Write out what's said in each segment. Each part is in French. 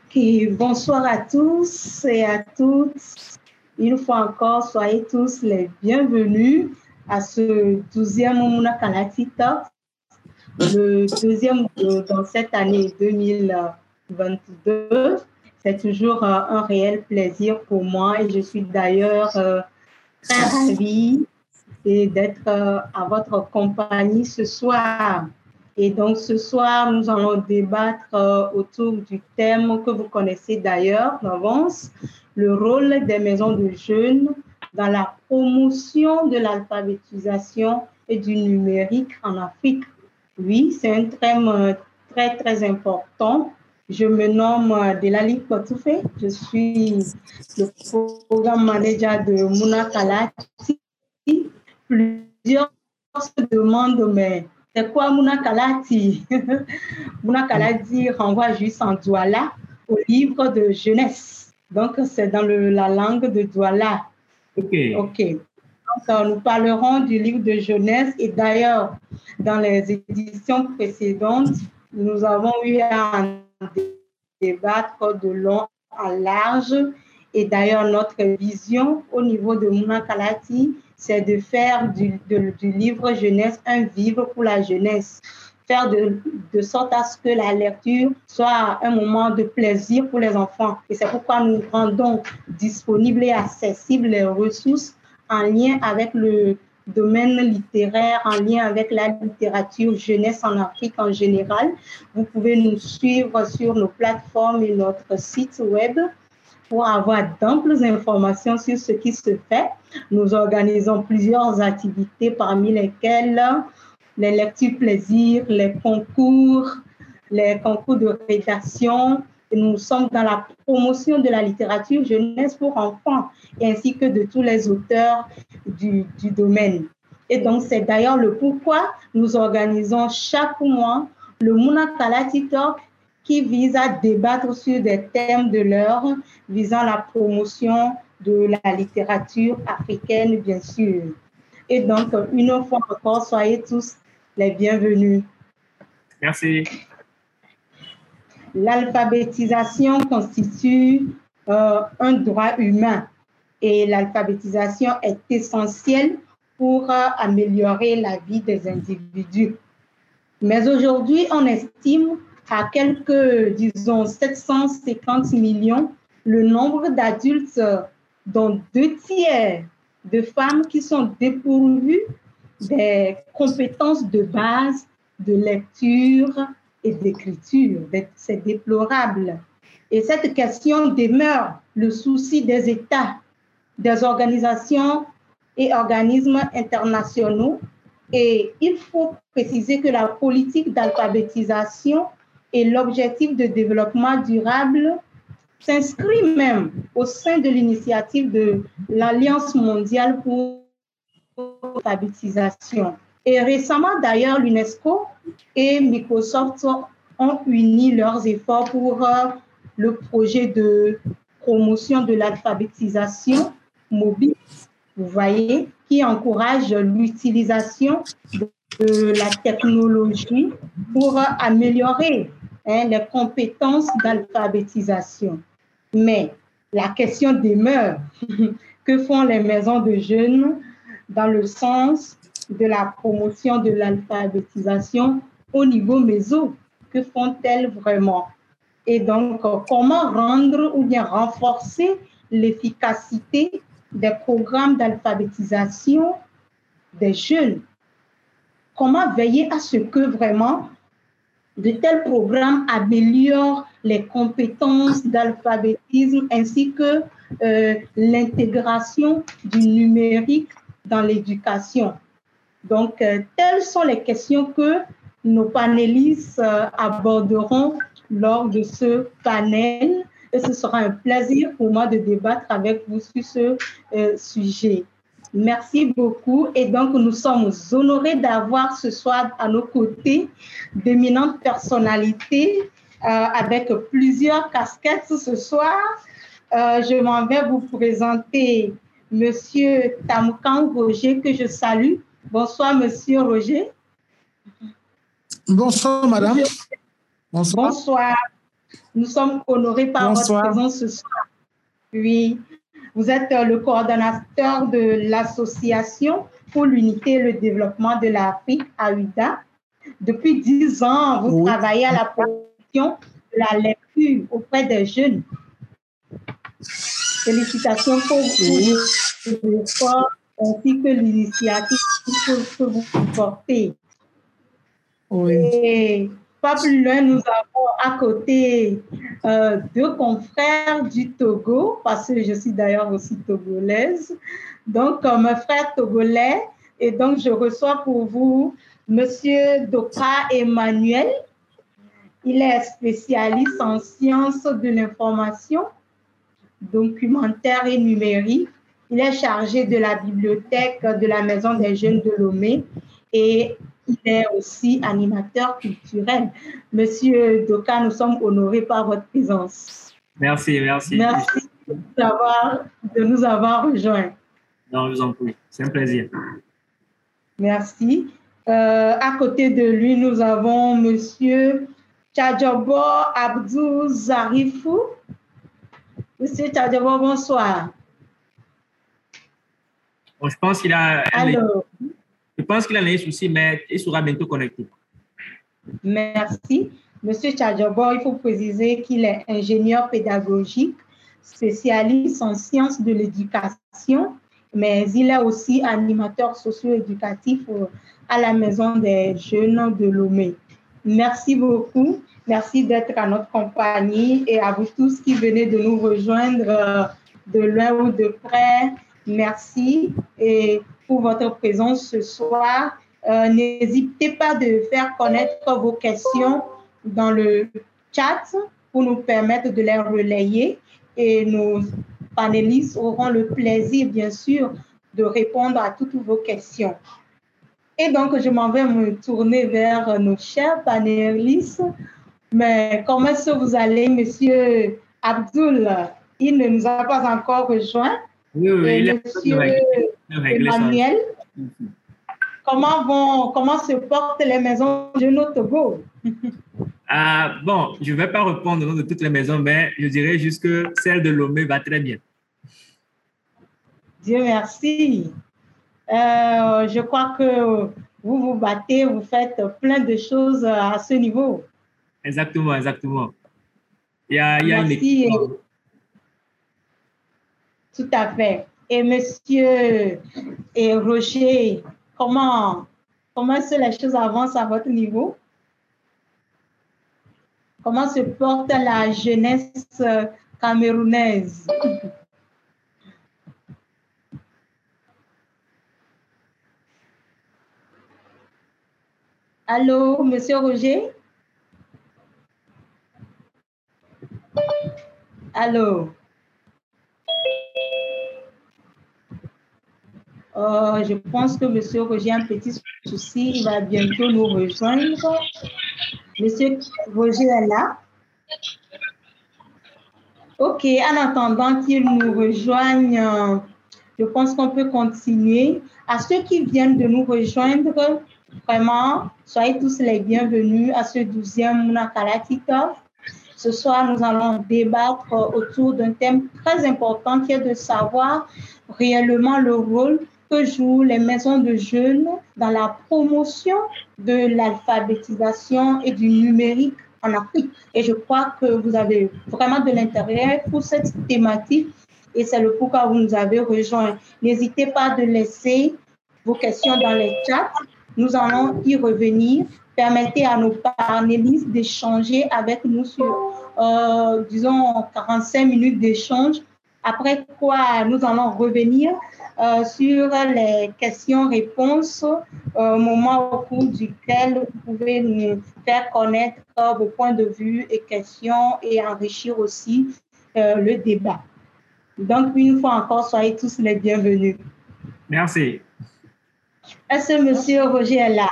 Ok, bonsoir à tous et à toutes. Une fois encore, soyez tous les bienvenus à ce 12e Muna Kalati Talk, le deuxième dans cette année 2022. C'est toujours un réel plaisir pour moi et je suis d'ailleurs très ravie d'être à votre compagnie ce soir. Et donc, ce soir, nous allons débattre autour du thème que vous connaissez d'ailleurs d'avance, le rôle des maisons de jeunes dans la promotion de l'alphabétisation et du numérique en Afrique. Oui, c'est un thème très, très important. Je me nomme Delali Kotoufe. Je suis le programme manager de Muna Kalati. Plusieurs se demandent, mais c'est quoi Muna Kalati? Muna Kalati renvoie juste en Douala au livre de jeunesse. Donc, c'est dans la langue de Douala. OK. Donc, nous parlerons du livre de jeunesse et d'ailleurs, dans les éditions précédentes, nous avons eu à en débattre de long en large. Et d'ailleurs, notre vision au niveau de Muna Kalati, c'est de faire du livre jeunesse un vivre pour la jeunesse. Faire de sorte à ce que la lecture soit un moment de plaisir pour les enfants. Et c'est pourquoi nous rendons disponibles et accessibles les ressources en lien avec le domaine littéraire, en lien avec la littérature jeunesse en Afrique en général. Vous pouvez nous suivre sur nos plateformes et notre site web pour avoir d'amples informations sur ce qui se fait. Nous organisons plusieurs activités parmi lesquelles les lectures plaisir, les concours de rédaction. Et nous sommes dans la promotion de la littérature jeunesse pour enfants ainsi que de tous les auteurs du domaine. Et donc, c'est d'ailleurs le pourquoi nous organisons chaque mois le Muna Kalati Talk qui vise à débattre sur des thèmes de l'heure visant la promotion de la littérature africaine, bien sûr. Et donc, une fois encore, soyez tous les bienvenus. Merci. L'alphabétisation constitue un droit humain et l'alphabétisation est essentielle pour améliorer la vie des individus. Mais aujourd'hui, on estime à quelques, disons, 750 millions le nombre d'adultes, dont 2/3 de femmes qui sont dépourvues des compétences de base de lecture et d'écriture. C'est déplorable. Et cette question demeure le souci des États, des organisations et organismes internationaux. Et il faut préciser que la politique d'alphabétisation et l'objectif de développement durable s'inscrit même au sein de l'initiative de l'Alliance mondiale pour l'alphabétisation. Et récemment, d'ailleurs, l'UNESCO et Microsoft ont uni leurs efforts pour le projet de promotion de l'alphabétisation mobile, vous voyez, qui encourage l'utilisation de la technologie pour améliorer les compétences d'alphabétisation. Mais la question demeure, que font les maisons de jeunes dans le sens de la promotion de l'alphabétisation au niveau méso? Que font-elles vraiment? Et donc, comment rendre ou bien renforcer l'efficacité des programmes d'alphabétisation des jeunes? Comment veiller à ce que vraiment de tels programmes améliorent les compétences d'alphabétisme ainsi que l'intégration du numérique dans l'éducation? Donc, telles sont les questions que nos panélistes aborderont lors de ce panel. Et ce sera un plaisir pour moi de débattre avec vous sur ce sujet. Merci beaucoup. Et donc, nous sommes honorés d'avoir ce soir à nos côtés d'éminentes personnalités avec plusieurs casquettes ce soir. Je m'en vais vous présenter Monsieur Tamoukan Roger, que je salue. Bonsoir, Monsieur Roger. Bonsoir, Madame. Bonsoir. Nous sommes honorés par votre présence ce soir. Oui, vous êtes le coordonnateur de l'association pour l'unité et le développement de l'Afrique, AUDA. Depuis 10 ans, vous travaillez à la promotion de la lecture auprès des jeunes. Félicitations pour l'effort ainsi que l'initiative que vous portez. Oui. Et pas plus loin, nous avons à côté deux confrères du Togo, parce que je suis d'ailleurs aussi togolaise. Donc, mes frères togolais. Et donc, je reçois pour vous Monsieur Doka Emmanuel. Il est spécialiste en sciences de l'information, documentaire et numérique. Il est chargé de la bibliothèque de la Maison des Jeunes de Lomé et il est aussi animateur culturel. Monsieur Doka, nous sommes honorés par votre présence. Merci, merci. Merci de nous avoir rejoints. Non, je vous en prie. C'est un plaisir. Merci. À côté de lui, nous avons Monsieur Tchadjobo Abdou Zarifou. Monsieur Tchadjobo, bonsoir. Bon, je pense qu'il a Alors, un souci, mais il sera bientôt connecté. Merci. Monsieur Tchadjobo, il faut préciser qu'il est ingénieur pédagogique, spécialiste en sciences de l'éducation, mais il est aussi animateur socio-éducatif à la Maison des Jeunes de Lomé. Merci beaucoup. Merci d'être à notre compagnie et à vous tous qui venez de nous rejoindre de loin ou de près. Merci et pour votre présence ce soir. N'hésitez pas de faire connaître vos questions dans le chat pour nous permettre de les relayer et nos panélistes auront le plaisir, bien sûr, de répondre à toutes vos questions. Et donc, je m'en vais me tourner vers nos chers panélistes. Mais comment est-ce que vous allez, Monsieur Abdoul? Il ne nous a pas encore rejoint. Oui, et Monsieur Emmanuel, comment se portent les maisons de jeunes au Togo? Bon, je ne vais pas répondre au nom de toutes les maisons, mais je dirais juste que celle de Lomé va très bien. Dieu merci. Je crois que vous vous battez, vous faites plein de choses à ce niveau. Exactement, exactement. Il y a une équipe. Tout à fait. Et monsieur et Roger, comment est-ce que les choses avancent à votre niveau? Comment se porte la jeunesse camerounaise? Allô, monsieur Roger? Allô? Je pense que monsieur Roger a un petit souci. Il va bientôt nous rejoindre. Monsieur Roger est là? OK, en attendant qu'il nous rejoigne, je pense qu'on peut continuer. À ceux qui viennent de nous rejoindre, vraiment, soyez tous les bienvenus à ce 12e Mounakala Kickoff. Ce soir, nous allons débattre autour d'un thème très important qui est de savoir réellement le rôle que jouent les maisons de jeunes dans la promotion de l'alphabétisation et du numérique en Afrique. Et je crois que vous avez vraiment de l'intérêt pour cette thématique et c'est le pourquoi vous nous avez rejoints. N'hésitez pas de laisser vos questions dans les chats. Nous allons y revenir. Permettez à nos panélistes d'échanger avec nous sur, disons, 45 minutes d'échange. Après quoi, nous allons revenir sur les questions-réponses, au moment au cours duquel vous pouvez nous faire connaître vos points de vue et questions et enrichir aussi le débat. Donc, une fois encore, soyez tous les bienvenus. Merci. Est-ce que monsieur Roger est là?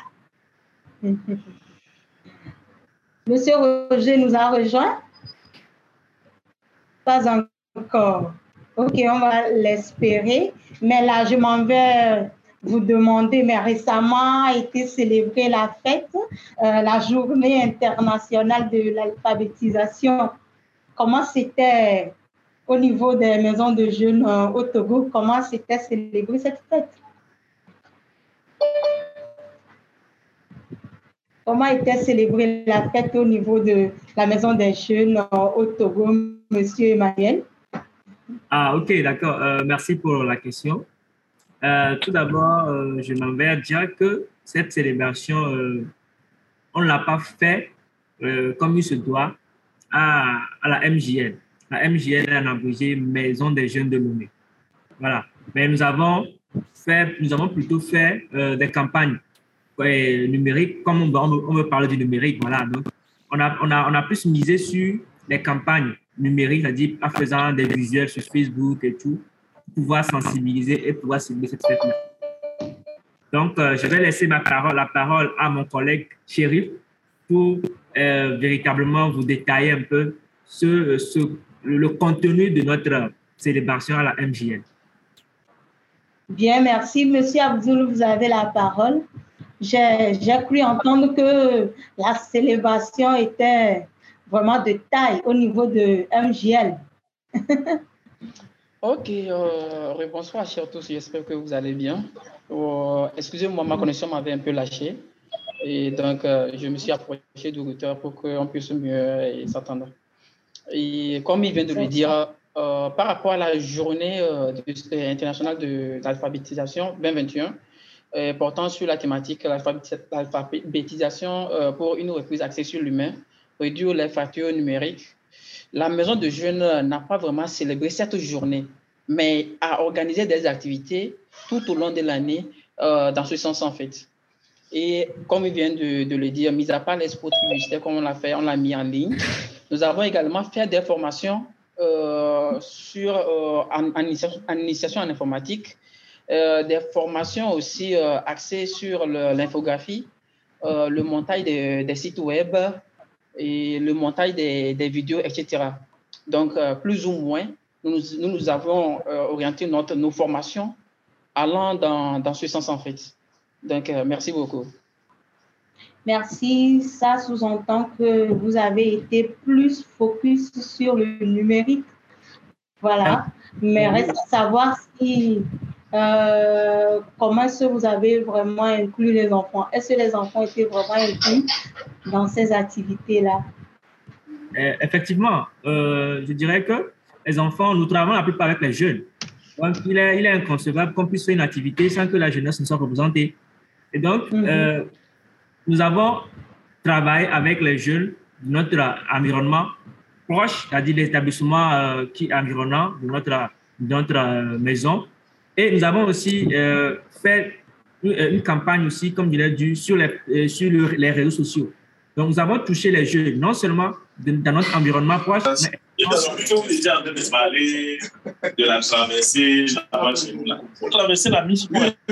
Monsieur Roger nous a rejoint? Pas encore. OK, on va l'espérer. Mais là, je m'en vais vous demander, mais récemment a été célébrée la fête, la journée internationale de l'alphabétisation. Comment c'était au niveau des maisons de jeunes au Togo? Comment c'était célébré cette fête? Comment était célébrée la fête au niveau de la maison des jeunes au Togo, Monsieur Emmanuel? Ah, ok, d'accord. Merci pour la question. Tout d'abord, je m'en vais dire que cette célébration, on ne l'a pas fait comme il se doit à la MJN. La MJN est en abrégé Maison des Jeunes de Lomé. Voilà. Mais nous avons plutôt fait des campagnes numériques, comme on veut parler du numérique. Voilà. Donc, on a plus misé sur les campagnes numériques, c'est-à-dire en faisant des visuels sur Facebook et tout, pour pouvoir sensibiliser et pouvoir cibler cette fête. Donc, je vais laisser la parole à mon collègue Chérif pour véritablement vous détailler un peu le contenu de notre célébration à la MJN. Bien, merci. Monsieur Abdoul, vous avez la parole. J'ai cru entendre que la célébration était vraiment de taille au niveau de MJL. Ok, bonsoir chers tous, j'espère que vous allez bien. Excusez-moi, ma connexion m'avait un peu lâché. Et donc, je me suis approché du routeur pour qu'on puisse mieux s'entendre. Et comme il vient de le dire, par rapport à la journée internationale de l'alphabétisation 2021, portant sur la thématique l'alphabétisation pour une reprise axée sur l'humain, réduire les fractures numériques, la maison de jeunes n'a pas vraiment célébré cette journée, mais a organisé des activités tout au long de l'année dans ce sens en fait. Et comme il vient de le dire, mis à part les spots publicitaires comme on l'a fait, on l'a mis en ligne, nous avons également fait des formations en initiation en informatique, des formations aussi axées sur l'infographie, le montage des sites web et le montage des vidéos, etc. Donc, plus ou moins, nous avons orienté nos formations allant dans ce sens en fait. Donc, merci beaucoup. Merci. Ça sous-entend que vous avez été plus focus sur le numérique. Voilà. Mais reste à savoir si, comment est-ce que vous avez vraiment inclus les enfants? Est-ce que les enfants étaient vraiment inclus dans ces activités-là? Effectivement, je dirais que les enfants, nous travaillons la plupart avec les jeunes. Donc, il est inconcevable qu'on puisse faire une activité sans que la jeunesse ne soit représentée. Et donc, nous avons travaillé avec les jeunes de notre environnement proche, c'est-à-dire l'établissement qui est environnant de notre maison. Et nous avons aussi fait une campagne aussi, comme je l'ai dit, sur les réseaux sociaux. Donc, nous avons touché les jeunes, non seulement dans notre environnement proche, mais... Vous étiez en train de parler de la traversée, la traversée la mise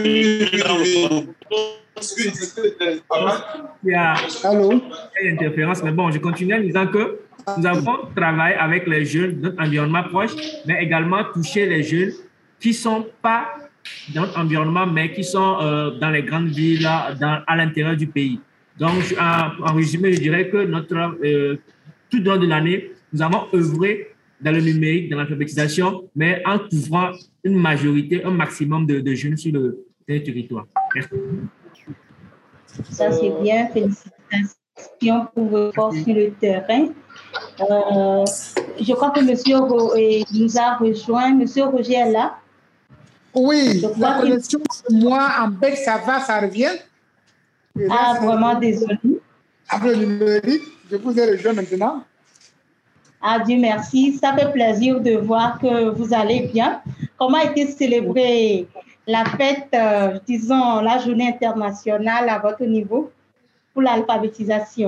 il y a une interférence, mais bon, je continue en disant que nous avons travaillé avec les jeunes de notre environnement proche, mais également touché les jeunes qui ne sont pas dans notre environnement, mais qui sont dans les grandes villes, à l'intérieur du pays. Donc, en résumé, je dirais que tout au long de l'année, nous avons œuvré dans le numérique, dans l'alphabétisation, mais en couvrant une majorité, un maximum de jeunes sur le territoire. Merci. Ça, c'est bien. Félicitations pour vos efforts sur le terrain. Je crois que monsieur nous a rejoint. Monsieur Roger est là. Oui, la connexion, moi, en bec, ça va, ça revient. Là, vraiment désolé. Après le numérique, je vous ai rejoint maintenant. Ah, Dieu merci. Ça fait plaisir de voir que vous allez bien. Comment a été célébrée la fête, disons, la journée internationale à votre niveau pour l'alphabétisation?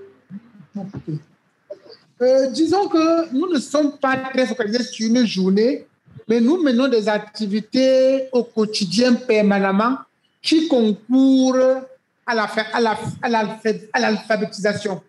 Disons que nous ne sommes pas très focalisés sur une journée, mais nous menons des activités au quotidien permanemment qui concourent à l'alphabétisation.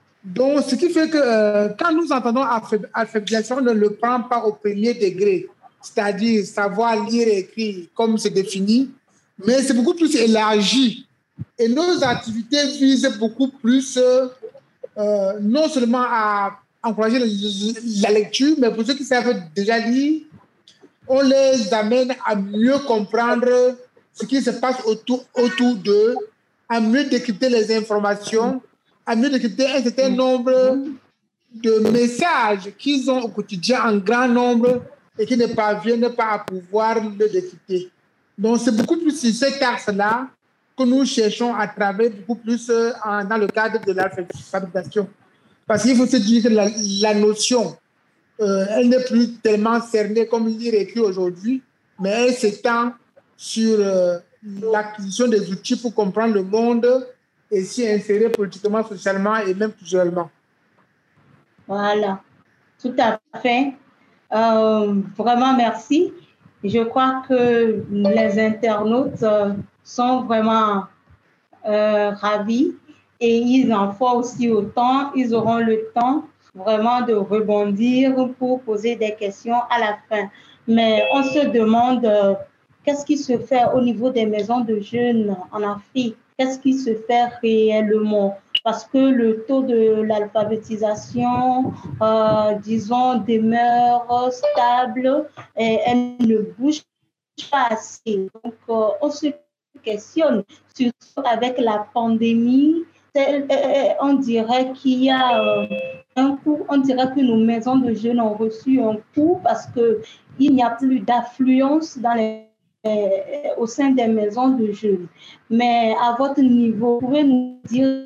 Donc, ce qui fait que quand nous entendons alphabétisation, on ne le prend pas au premier degré. c'est-à-dire savoir lire et écrire comme c'est défini, mais c'est beaucoup plus élargi. Et nos activités visent beaucoup plus, non seulement à encourager la lecture, mais pour ceux qui savent déjà lire, on les amène à mieux comprendre ce qui se passe autour d'eux, à mieux décrypter les informations, à mieux décrypter un certain nombre de messages qu'ils ont au quotidien en grand nombre et qui ne parviennent pas à pouvoir le décrypter. Donc, c'est beaucoup plus sur cet axe-là que nous cherchons à travailler beaucoup plus dans le cadre de l'alphabétisation. Parce qu'il faut se dire que la notion, elle n'est plus tellement cernée comme lire et écrire aujourd'hui, mais elle s'étend sur l'acquisition des outils pour comprendre le monde et s'y insérer politiquement, socialement et même culturellement. Voilà, tout à fait. Vraiment, merci. Je crois que les internautes sont vraiment ravis et ils en font aussi autant. Ils auront le temps vraiment de rebondir pour poser des questions à la fin. Mais on se demande qu'est-ce qui se fait au niveau des maisons de jeunes en Afrique? Qu'est-ce qui se fait réellement? Parce que le taux de l'alphabétisation, disons, demeure stable et elle ne bouge pas assez. Donc, on se questionne, surtout avec la pandémie. On dirait qu'il y a un coup, on dirait que nos maisons de jeunes ont reçu un coup parce qu'il n'y a plus d'affluence au sein des maisons de jeunes. Mais à votre niveau, vous pouvez nous dire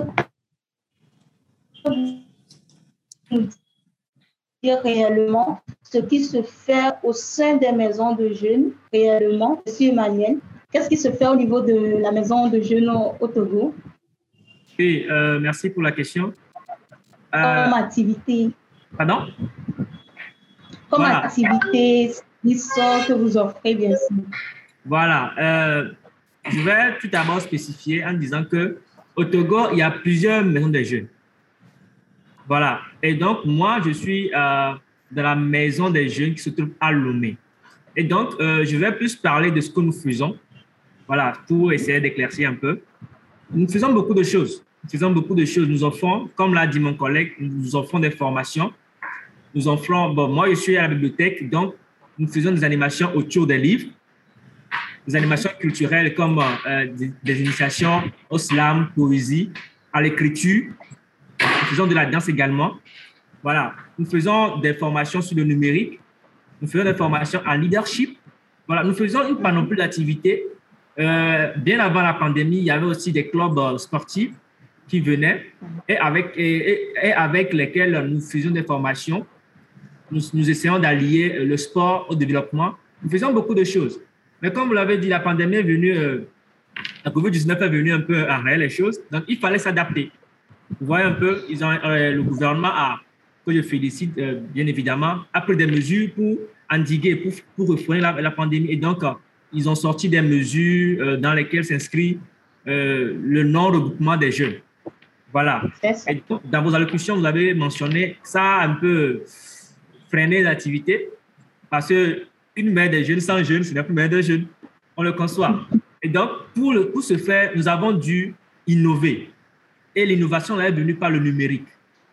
réellement ce qui se fait au sein des maisons de jeunes, réellement, M. Emmanuel. Qu'est-ce qui se fait au niveau de la maison de jeunes au Togo? Oui, merci pour la question. Comme activité. Pardon? Comme activité que vous offrez, bien sûr. Voilà. Je vais tout d'abord spécifier en disant qu'au Togo, il y a plusieurs maisons de jeunes. Voilà. Et donc, moi, je suis dans la maison des jeunes qui se trouve à Lomé. Et donc, je vais plus parler de ce que nous faisons. Voilà, pour essayer d'éclaircir un peu. Nous faisons beaucoup de choses. Nous offrons, comme l'a dit mon collègue, nous offrons des formations. Nous offrons, moi, je suis à la bibliothèque, donc nous faisons des animations autour des livres, des animations culturelles comme des initiations au slam, poésie, à l'écriture. Nous faisons de la danse également. Voilà. Nous faisons des formations sur le numérique. Nous faisons des formations en leadership. Voilà. Nous faisons une panoplie d'activités. Bien avant la pandémie, il y avait aussi des clubs sportifs qui venaient et avec lesquels nous faisions des formations. Nous essayons d'allier le sport au développement. Nous faisons beaucoup de choses. Mais comme vous l'avez dit, la pandémie est venue, la COVID-19 est venue un peu enrayer les choses. Donc, il fallait s'adapter. Vous voyez un peu, le gouvernement que je félicite, bien évidemment, a pris des mesures pour endiguer, pour refreiner la pandémie. Et donc, ils ont sorti des mesures dans lesquelles s'inscrit le non-regroupement des jeunes. Voilà. Et donc, dans vos allocutions, vous avez mentionné ça a un peu freiné l'activité parce qu'une mère des jeunes sans jeunes, ce n'est plus une mère de jeunes. On le conçoit. Et donc, pour ce faire, nous avons dû innover. Et l'innovation là est venue par le numérique.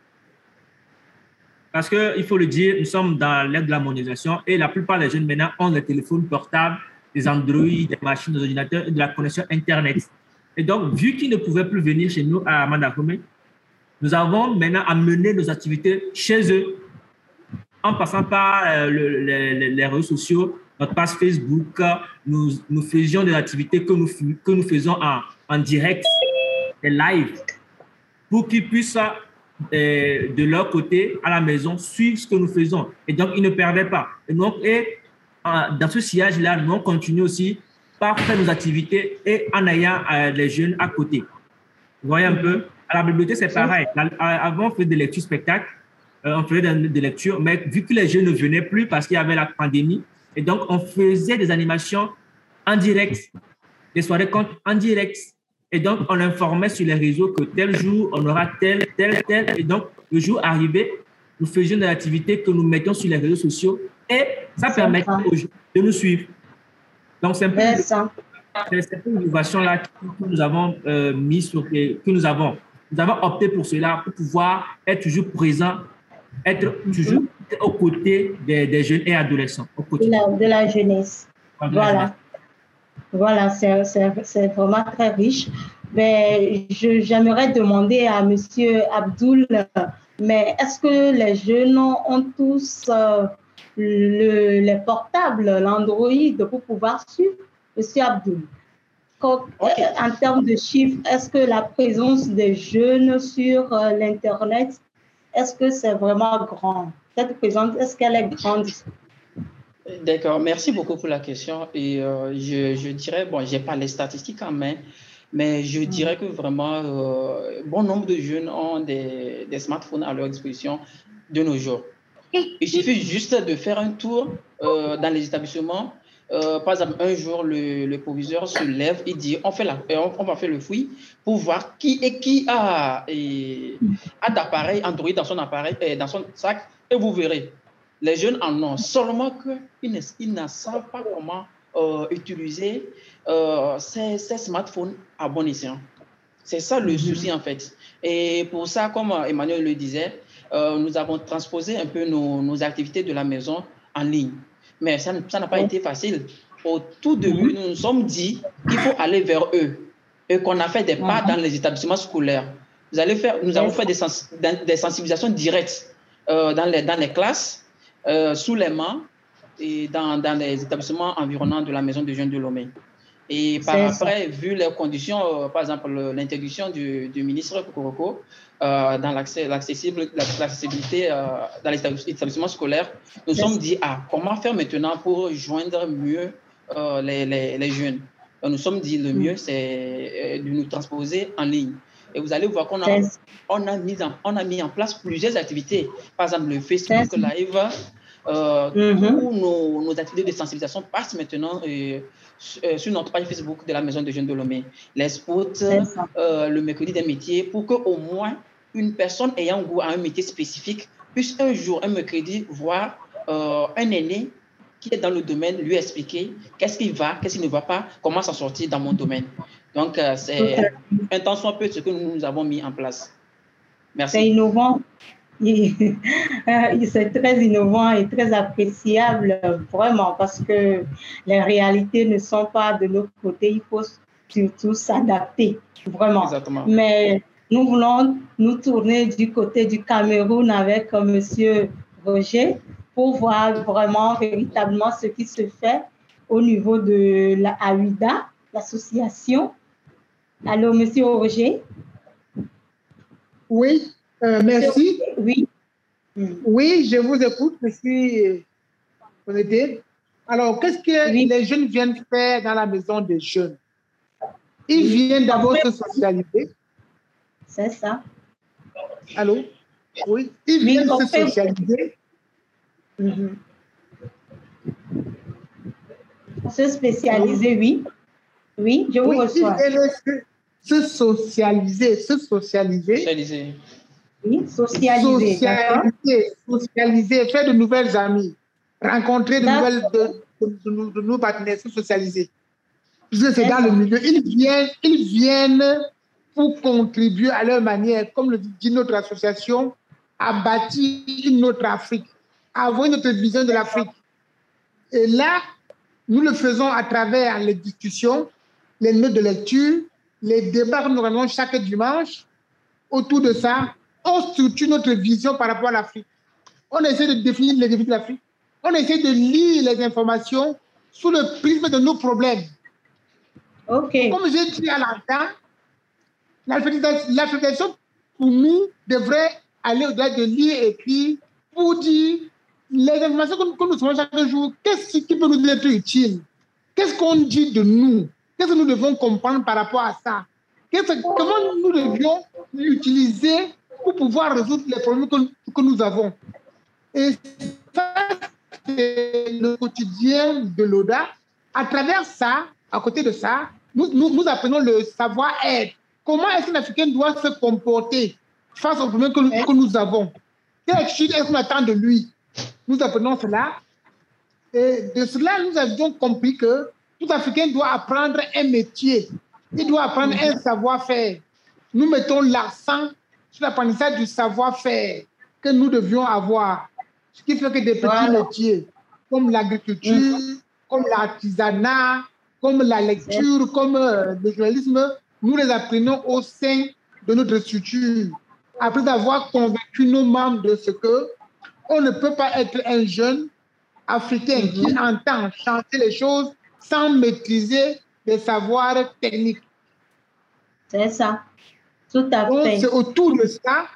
Parce qu'il faut le dire, nous sommes dans l'ère de la mondialisation et la plupart des jeunes maintenant ont des téléphones portables, des Android, des machines, des ordinateurs et de la connexion Internet. Et donc, vu qu'ils ne pouvaient plus venir chez nous à Mandakome, nous avons maintenant amené nos activités chez eux en passant par les réseaux sociaux, notre page Facebook. Nous faisions des activités que nous faisons en direct, des lives, pour qu'ils puissent, de leur côté, à la maison, suivre ce que nous faisons. Et donc, ils ne perdaient pas. Et donc, dans ce sillage-là, nous on continue aussi par faire nos activités et en ayant les jeunes à côté. Vous voyez un peu? À la bibliothèque, c'est pareil. Avant, on faisait des lectures spectacles, on faisait des lectures, mais vu que les jeunes ne venaient plus parce qu'il y avait la pandémie, et donc on faisait des animations en direct, des soirées en direct. Et donc, on informait sur les réseaux que tel jour, on aura tel. Et donc, le jour arrivé, nous faisions des activités que nous mettions sur les réseaux sociaux Et ça permet aux jeunes de nous suivre. Donc, c'est un peu cette innovation-là que nous avons mis sur, que nous avons opté pour cela, pour pouvoir être toujours présent, être toujours aux côtés des jeunes et adolescents. De la jeunesse. Voilà. Voilà, c'est vraiment très riche. Mais j'aimerais demander à Monsieur Abdoul, mais est-ce que les jeunes ont tous les portables, l'Android, pour pouvoir suivre? Monsieur Abdoul, en termes de chiffres, est-ce que la présence des jeunes sur l'Internet, est-ce que c'est vraiment grand? Cette présence, est-ce qu'elle est grande? D'accord, merci beaucoup pour la question. Et je dirais, bon, je n'ai pas les statistiques en main, mais je dirais que vraiment, bon nombre de jeunes ont des smartphones à leur disposition de nos jours. Il suffit juste de faire un tour dans les établissements. Par exemple, un jour, le proviseur se lève et dit on va faire le fouille pour voir qui a d'appareil Android dans son appareil, dans son sac, et vous verrez. Les jeunes en ont, seulement qu'ils ne savent pas comment utiliser ces smartphones à bon escient. C'est ça le souci en fait. Et pour ça, comme Emmanuel le disait, nous avons transposé un peu nos activités de la maison en ligne. Mais ça n'a pas été facile. Au tout début, nous nous sommes dit qu'il faut aller vers eux et qu'on a fait des pas dans les établissements scolaires. Nous avons fait des sensibilisations directes dans les classes, sous les mains et dans les établissements environnants de la maison de jeunes de Lomé. Et après, vu les conditions, par exemple l'introduction du ministre Kokoroko dans l'accessibilité dans les établissements scolaires, nous nous sommes dit comment faire maintenant pour joindre mieux les jeunes. Donc, nous nous sommes dit le mieux, c'est de nous transposer en ligne. Et vous allez voir qu'on a mis en place plusieurs activités. Par exemple, le Facebook Live, où nos activités de sensibilisation passent maintenant sur notre page Facebook de la Maison de Jeunes de Lomé. Les spots, le mercredi des métiers, pour qu'au moins une personne ayant goût à un métier spécifique puisse un jour, un mercredi, voir un aîné qui est dans le domaine, lui expliquer qu'est-ce qui va, qu'est-ce qui ne va pas, comment s'en sortir dans mon domaine. Donc, c'est un temps soit peu ce que nous avons mis en place. Merci. C'est innovant. C'est très innovant et très appréciable, vraiment, parce que les réalités ne sont pas de l'autre côté. Il faut surtout s'adapter, vraiment. Exactement. Mais nous voulons nous tourner du côté du Cameroun avec M. Roger pour voir vraiment, véritablement, ce qui se fait au niveau de la AUIDA, l'association. Allô, M. Roger? Oui. Merci. Oui. Oui, je vous écoute, je suis connecté. Alors, qu'est-ce que les jeunes viennent faire dans la maison des jeunes? Ils viennent d'abord se socialiser. C'est ça. Allô? Oui, ils viennent se socialiser. Se spécialiser, oui. Oui, je vous reçois. Ils viennent se socialiser. Oui, socialiser, faire de nouvelles amies, rencontrer de nouveaux partenaires, se socialiser. C'est dans le milieu. Ils viennent pour contribuer à leur manière, comme le dit notre association, à bâtir notre Afrique, à avoir notre vision de l'Afrique. Et là, nous le faisons à travers les discussions, les notes de lecture, les débats que nous avons chaque dimanche. Autour de ça, on structure notre vision par rapport à l'Afrique. On essaie de définir les défis de l'Afrique. On essaie de lire les informations sous le prisme de nos problèmes. Okay. Comme j'ai dit à l'instant, l'alphabétisation pour nous devrait aller au-delà de lire et écrire pour dire les informations que nous savons chaque jour, qu'est-ce qui peut nous être utile? Qu'est-ce qu'on dit de nous? Qu'est-ce que nous devons comprendre par rapport à ça? Comment nous devions l'utiliser pour pouvoir résoudre les problèmes que nous avons? Et ça, c'est le quotidien de l'ODA. À travers ça, à côté de ça, nous apprenons le savoir-être. Comment est-ce qu'un Africain doit se comporter face aux problèmes que nous avons? Quelle attitude est-ce qu'on attend de lui? Nous apprenons cela. Et de cela, nous avions compris que tout Africain doit apprendre un métier. Il doit apprendre un savoir-faire. Nous mettons l'accent sur l'apprentissage du savoir-faire que nous devions avoir. Ce qui fait que des petits métiers comme l'agriculture, comme l'artisanat, comme la lecture, comme le journalisme, nous les apprenons au sein de notre structure. Après avoir convaincu nos membres de ce que on ne peut pas être un jeune Africain qui entend changer les choses sans maîtriser les savoirs techniques. C'est ça. Tout à fait. C'est autour de ça,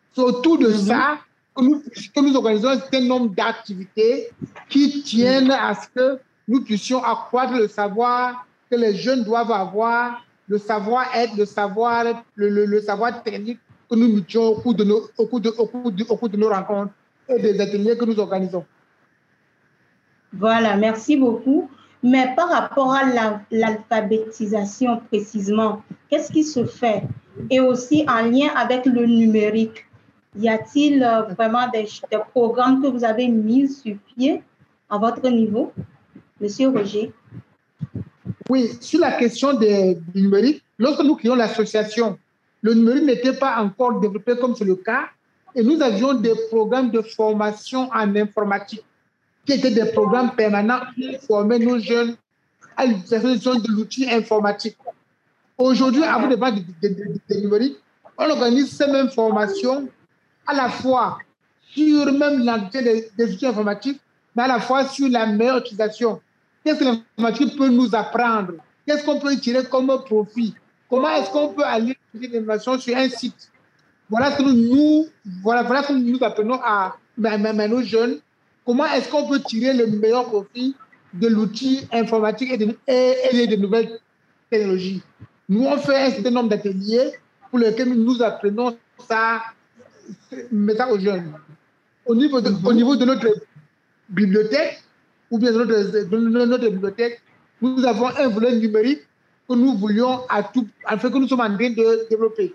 que nous organisons un certain nombre d'activités qui tiennent à ce que nous puissions accroître le savoir que les jeunes doivent avoir, le savoir-être, le savoir technique que nous mettions au cours de nos rencontres et des ateliers que nous organisons. Voilà, merci beaucoup. Mais par rapport à l'alphabétisation précisément, qu'est-ce qui se fait? Et aussi en lien avec le numérique, y a-t-il vraiment des programmes que vous avez mis sur pied à votre niveau? Monsieur Roger. Oui, sur la question du numérique, lorsque nous créons l'association, le numérique n'était pas encore développé comme c'est le cas, et nous avions des programmes de formation en informatique, qui étaient des programmes permanents pour former nos jeunes à l'utilisation de l'outil informatique. Aujourd'hui, avant de parler de numérique, on organise ces mêmes formations à la fois sur même l'entretien des outils informatiques, mais à la fois sur la meilleure utilisation. Qu'est-ce que l'informatique peut nous apprendre? Qu'est-ce qu'on peut tirer comme profit? Comment est-ce qu'on peut aller utiliser l'information sur un site? Voilà ce que nous apprenons à nos jeunes. Comment est-ce qu'on peut tirer le meilleur profit de l'outil informatique et de nouvelles technologies? Nous, on fait un certain nombre d'ateliers pour lesquels nous apprenons ça aux jeunes. Au niveau de notre bibliothèque, ou bien de notre bibliothèque, nous avons un volet numérique que nous voulions que nous sommes en train de développer.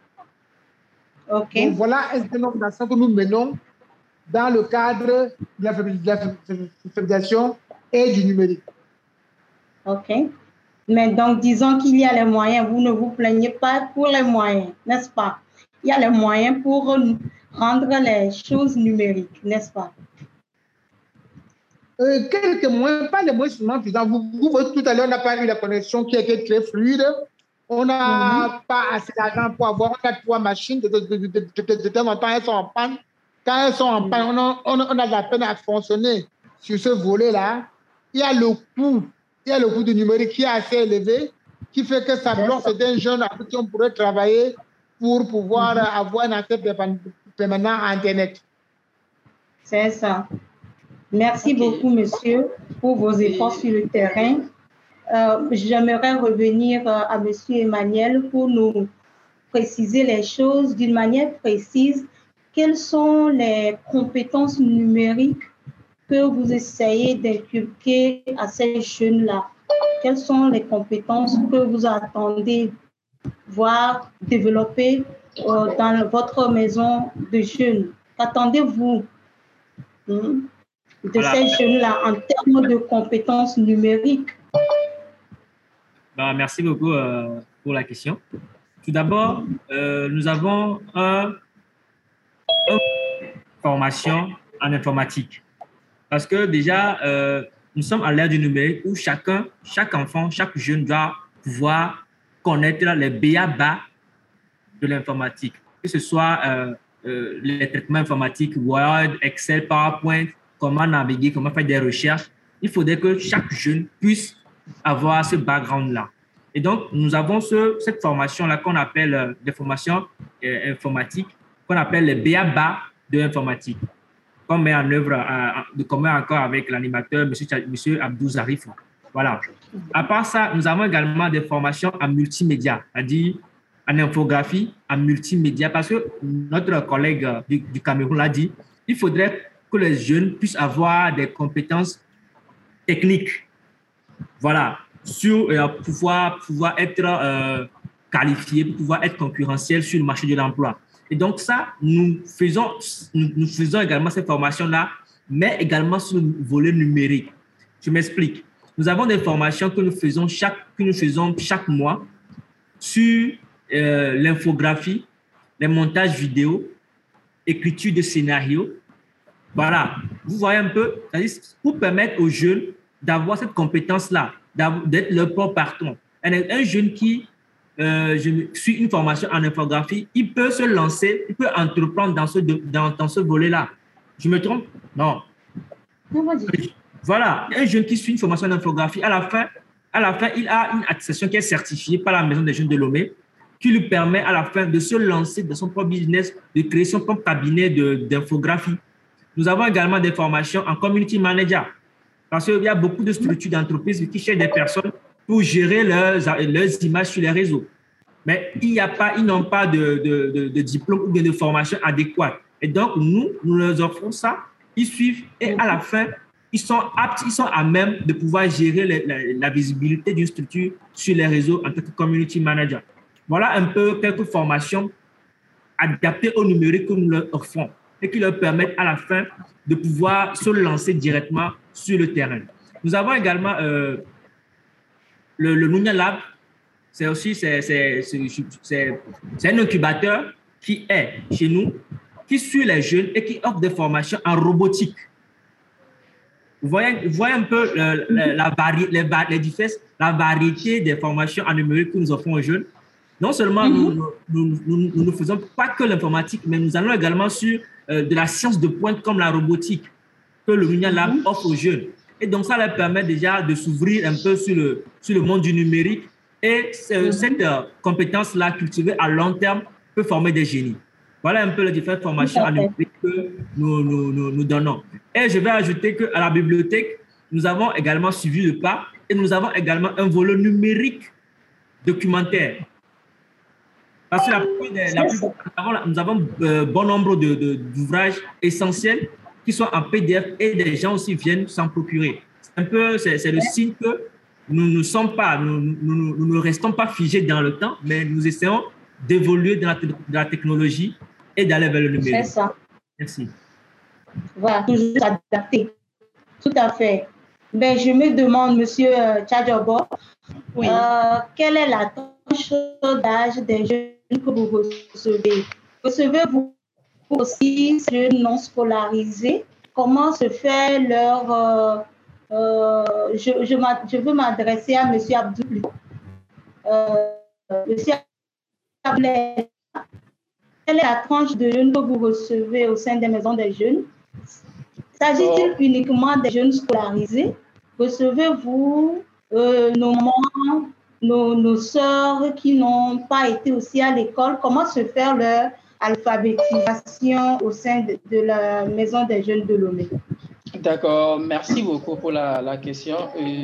Okay. Donc, voilà un certain nombre d'actions que nous menons dans le cadre de l'alphabétisation et du numérique. OK. Mais donc, disons qu'il y a les moyens, vous ne vous plaignez pas pour les moyens, n'est-ce pas? Il y a les moyens pour rendre les choses numériques, n'est-ce pas? Quelques moyens, pas les moyens suffisants. Vous voyez, tout à l'heure, on n'a pas eu la connexion qui était très fluide. On n'a pas assez d'argent pour avoir 3 machines. De temps en temps, elles sont en panne. Quand elles sont en panne, on a de la peine à fonctionner sur ce volet-là. Il y a le coût du numérique qui est assez élevé, qui fait que ça bloque certains jeunes avec qui on pourrait travailler pour pouvoir avoir un accès permanent à Internet. C'est ça. Merci beaucoup, monsieur, pour vos efforts sur le terrain. J'aimerais revenir à monsieur Emmanuel pour nous préciser les choses d'une manière précise. Quelles sont les compétences numériques que vous essayez d'inculquer à ces jeunes-là? Quelles sont les compétences que vous attendez voir développer dans votre maison de jeunes? Qu'attendez-vous de ces jeunes-là en termes de compétences numériques? Merci beaucoup pour la question. Tout d'abord, nous avons une formation en informatique. Parce que déjà, nous sommes à l'ère du numérique où chaque enfant, chaque jeune doit pouvoir connaître les b.a.-ba de l'informatique. Que ce soit les traitements informatiques, Word, Excel, PowerPoint, comment naviguer, comment faire des recherches. Il faudrait que chaque jeune puisse avoir ce background-là. Et donc, nous avons cette formation-là qu'on appelle des formations informatiques, qu'on appelle les b.a.-ba de l'informatique, qu'on met en œuvre de commun accord avec l'animateur, M. Abdou Zarif. Voilà. À part ça, nous avons également des formations en multimédia, c'est-à-dire en infographie, en multimédia, parce que notre collègue du Cameroun l'a dit, il faudrait que les jeunes puissent avoir des compétences techniques. Voilà, sur pouvoir être qualifiés, pour pouvoir être concurrentiels sur le marché de l'emploi. Et donc ça, nous faisons également cette formation-là mais également sur le volet numérique. Je m'explique. Nous avons des formations que nous faisons chaque mois sur l'infographie, les montages vidéo, écriture de scénarios. Voilà, vous voyez un peu, c'est-à-dire pour permettre aux jeunes d'avoir cette compétence-là, d'être leur propre patron. Un jeune qui suit une formation en infographie, il peut se lancer, il peut entreprendre dans ce volet-là. Je me trompe? Non. Voilà, un jeune qui suit une formation en infographie, à la fin, il a une attestation qui est certifiée par la Maison des jeunes de Lomé, qui lui permet à la fin de se lancer dans son propre business, de créer son propre cabinet d'infographie. Nous avons également des formations en community manager, parce qu'il y a beaucoup de structures d'entreprises qui cherchent des personnes pour gérer leurs images sur les réseaux. Mais ils n'ont pas de diplôme ou de formation adéquate. Et donc, nous leur offrons ça, ils suivent et à la fin, ils sont aptes, ils sont à même de pouvoir gérer la visibilité d'une structure sur les réseaux en tant que community manager. Voilà un peu quelques formations adaptées au numérique que nous leur offrons et qui leur permettent à la fin de pouvoir se lancer directement sur le terrain. Nous avons également le Nunya Lab. C'est un incubateur qui est chez nous, qui suit les jeunes et qui offre des formations en robotique. Vous voyez un peu la variété des formations en numérique que nous offrons aux jeunes. Non seulement nous ne faisons pas que l'informatique, mais nous allons également sur de la science de pointe comme la robotique que le Nunya Lab offre aux jeunes. Et donc, ça leur permet déjà de s'ouvrir un peu sur le monde du numérique. Et cette compétence-là, cultivée à long terme, peut former des génies. Voilà un peu les différentes formations en numérique que nous donnons. Et je vais ajouter qu'à la bibliothèque, nous avons également suivi le pas et nous avons également un volet numérique documentaire. Parce que nous avons bon nombre d'ouvrages essentiels qui sont en PDF et des gens aussi viennent s'en procurer. C'est le signe que nous ne restons pas figés dans le temps, mais nous essayons d'évoluer dans la technologie et d'aller vers le numérique. C'est ça. Merci. Voilà, toujours adapté. Tout à fait. Ben, je me demande, Monsieur Tchadjobo, oui. Quelle est la tranche d'âge des jeunes que vous recevez? Recevez-vous aussi ces jeunes non scolarisés? Comment se fait leur... je veux m'adresser à Monsieur Abdoul. Monsieur Abdoul, quelle est la tranche de jeunes que vous recevez au sein des maisons des jeunes? S'agit-il uniquement des jeunes scolarisés? Recevez-vous nos mamans, nos sœurs qui n'ont pas été aussi à l'école? Comment se fait leur alphabétisation au sein de la maison des jeunes de Lomé? D'accord, merci beaucoup pour la question.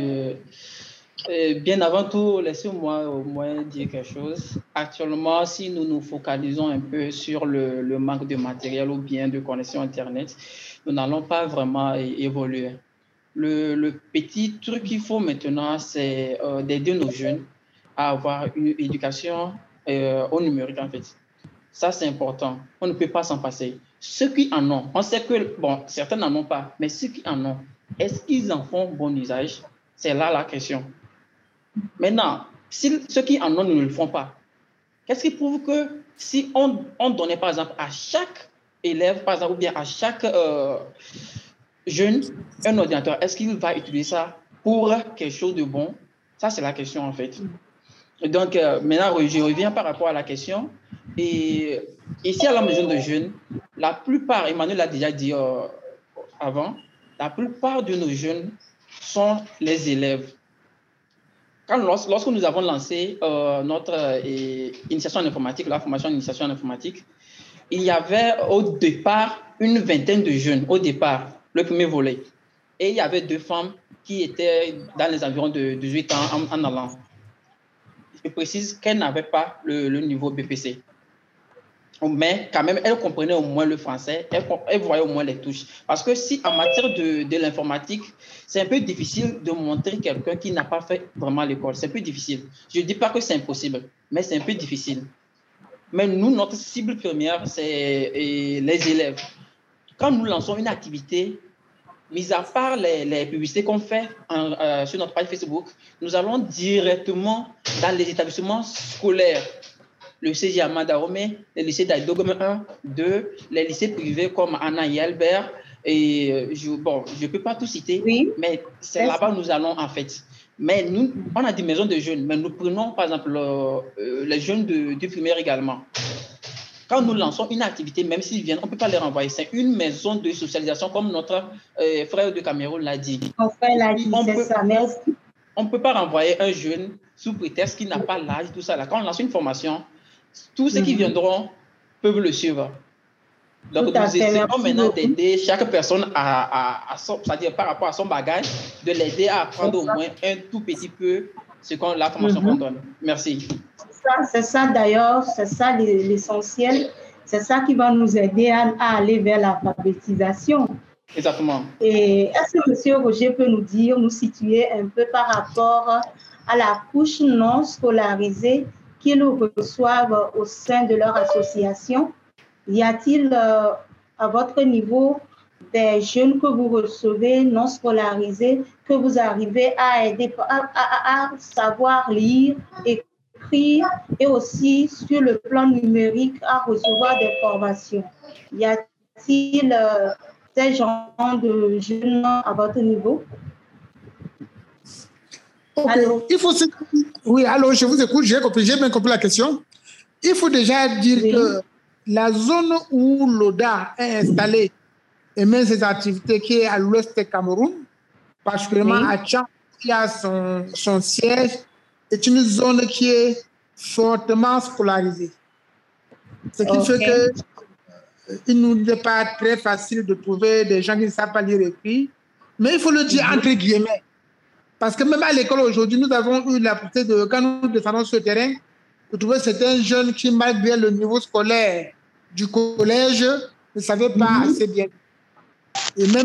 Bien avant tout, laissez-moi au moins dire quelque chose. Actuellement, si nous nous focalisons un peu sur le manque de matériel ou bien de connexion Internet, nous n'allons pas vraiment évoluer. Le petit truc qu'il faut maintenant, c'est d'aider nos jeunes à avoir une éducation au numérique, en fait. Ça, c'est important. On ne peut pas s'en passer. Ceux qui en ont, on sait que, bon, certains n'en ont pas, mais ceux qui en ont, est-ce qu'ils en font bon usage? C'est là la question. Maintenant, si ceux qui en ont ne le font pas, qu'est-ce qui prouve que si on donnait, par exemple, à chaque élève, par exemple, ou bien à chaque jeune, un ordinateur, est-ce qu'il va utiliser ça pour quelque chose de bon? Ça, c'est la question, en fait. Et donc, maintenant, je reviens par rapport à la question. Et ici, à la maison de jeunes, la plupart, Emmanuel l'a déjà dit avant, la plupart de nos jeunes sont les élèves. Lorsque nous avons lancé notre initiation en informatique, la formation en initiation en informatique, il y avait au départ une vingtaine de jeunes, au départ, le premier volet. Et il y avait 2 femmes qui étaient dans les environs de 18 ans en allant. Je précise qu'elles n'avaient pas le niveau BPC. Mais quand même, elles comprenaient au moins le français, elles voyaient au moins les touches. Parce que si en matière de l'informatique, c'est un peu difficile de montrer quelqu'un qui n'a pas fait vraiment l'école. C'est un peu difficile. Je ne dis pas que c'est impossible, mais c'est un peu difficile. Mais nous, notre cible première, c'est les élèves. Quand nous lançons une activité, mis à part les publicités qu'on fait sur notre page Facebook, nous allons directement dans les établissements scolaires. Le lycée Amanda Romé, le lycée d'Aïdogome 1, 2, les lycées privés comme Anna et Albert. Et je ne peux pas tout citer, oui, mais c'est là-bas où nous allons en fait. Mais nous, on a des maisons de jeunes, mais nous prenons par exemple les jeunes du primaire également. Quand nous lançons une activité, même s'ils viennent, on ne peut pas les renvoyer. C'est une maison de socialisation, comme notre frère de Cameroun l'a dit. Mon frère l'a dit, c'est ça, merci. On ne peut pas renvoyer un jeune sous prétexte qu'il n'a pas l'âge, tout ça. Là. Quand on lance une formation, tous ceux qui viendront peuvent le suivre. Donc, nous essayons maintenant d'aider chaque personne c'est-à-dire par rapport à son bagage, de l'aider à apprendre au moins un tout petit peu ce qu'on la formation qu'on donne. Merci. C'est ça d'ailleurs, c'est ça l'essentiel. C'est ça qui va nous aider à aller vers l'alphabétisation. Exactement. Et est-ce que M. Roger peut nous situer un peu par rapport à la couche non scolarisée qu'ils reçoivent au sein de leur association? Y a-t-il à votre niveau des jeunes que vous recevez non scolarisés, que vous arrivez à aider à savoir lire, écrire et aussi sur le plan numérique à recevoir des formations? Y a-t-il ces genres de jeunes à votre niveau? Okay. Allô? Oui, allô, je vous écoute, j'ai bien compris la question. Il faut déjà dire que la zone où l'ODA est installée et met ses activités, qui est à l'ouest du Cameroun, particulièrement à Tchad, qui a son siège, est une zone qui est fortement scolarisée. Ce qui fait qu'il nous n'est pas très facile de trouver des gens qui ne savent pas lire et écrire, mais il faut le dire entre guillemets. Parce que même à l'école aujourd'hui, nous avons eu la possibilité de, quand nous descendons sur le terrain, de trouver certains jeunes qui, malgré le niveau scolaire du collège, ne savaient pas assez bien. Et même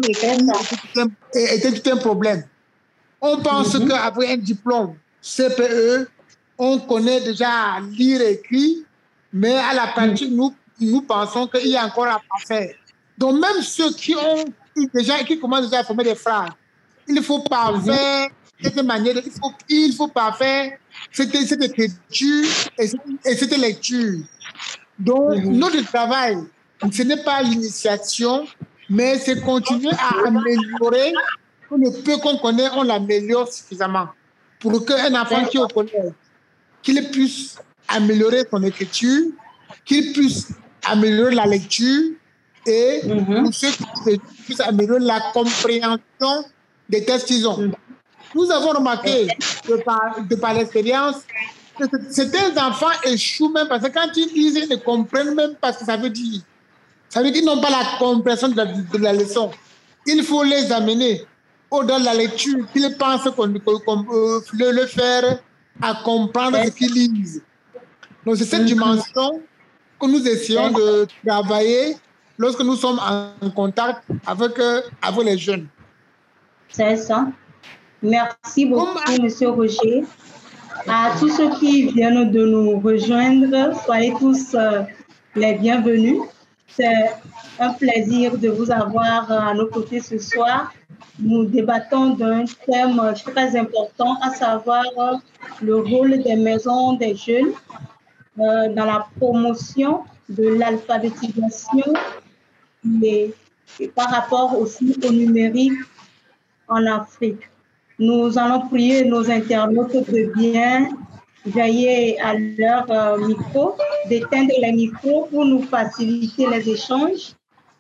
était tout un problème. On pense qu'après un diplôme CPE, on connaît déjà lire et écrire, mais à la pratique, nous pensons qu'il y a encore à faire. Donc même ceux qui commencent déjà à former des frères, il faut parfaire cette manière, il faut parfaire cette écriture et cette lecture. Donc, notre travail, ce n'est pas l'initiation, mais c'est continuer à améliorer. Le peu qu'on connaît, on l'améliore suffisamment pour qu'un enfant qui est au collège, qu'il puisse améliorer son écriture, qu'il puisse améliorer la lecture et pour ceux qui puissent améliorer la compréhension des tests qu'ils ont. Nous avons remarqué de par l'expérience que certains enfants échouent même parce que quand ils lisent, ils ne comprennent même pas ce que ça veut dire. Ça veut dire qu'ils n'ont pas la compréhension de la leçon. Il faut les amener au-delà de la lecture, qu'ils pensent qu'on peut le faire à comprendre ce qu'ils lisent. Donc c'est cette dimension que nous essayons de travailler lorsque nous sommes en contact avec les jeunes. C'est ça. Merci beaucoup, M. Roger. À tous ceux qui viennent de nous rejoindre, soyez tous les bienvenus. C'est un plaisir de vous avoir à nos côtés ce soir. Nous débattons d'un thème très important, à savoir le rôle des maisons des jeunes dans la promotion de l'alphabétisation et par rapport aussi au numérique en Afrique. Nous allons prier nos internautes de bien veiller à leur micro, d'éteindre les micros pour nous faciliter les échanges.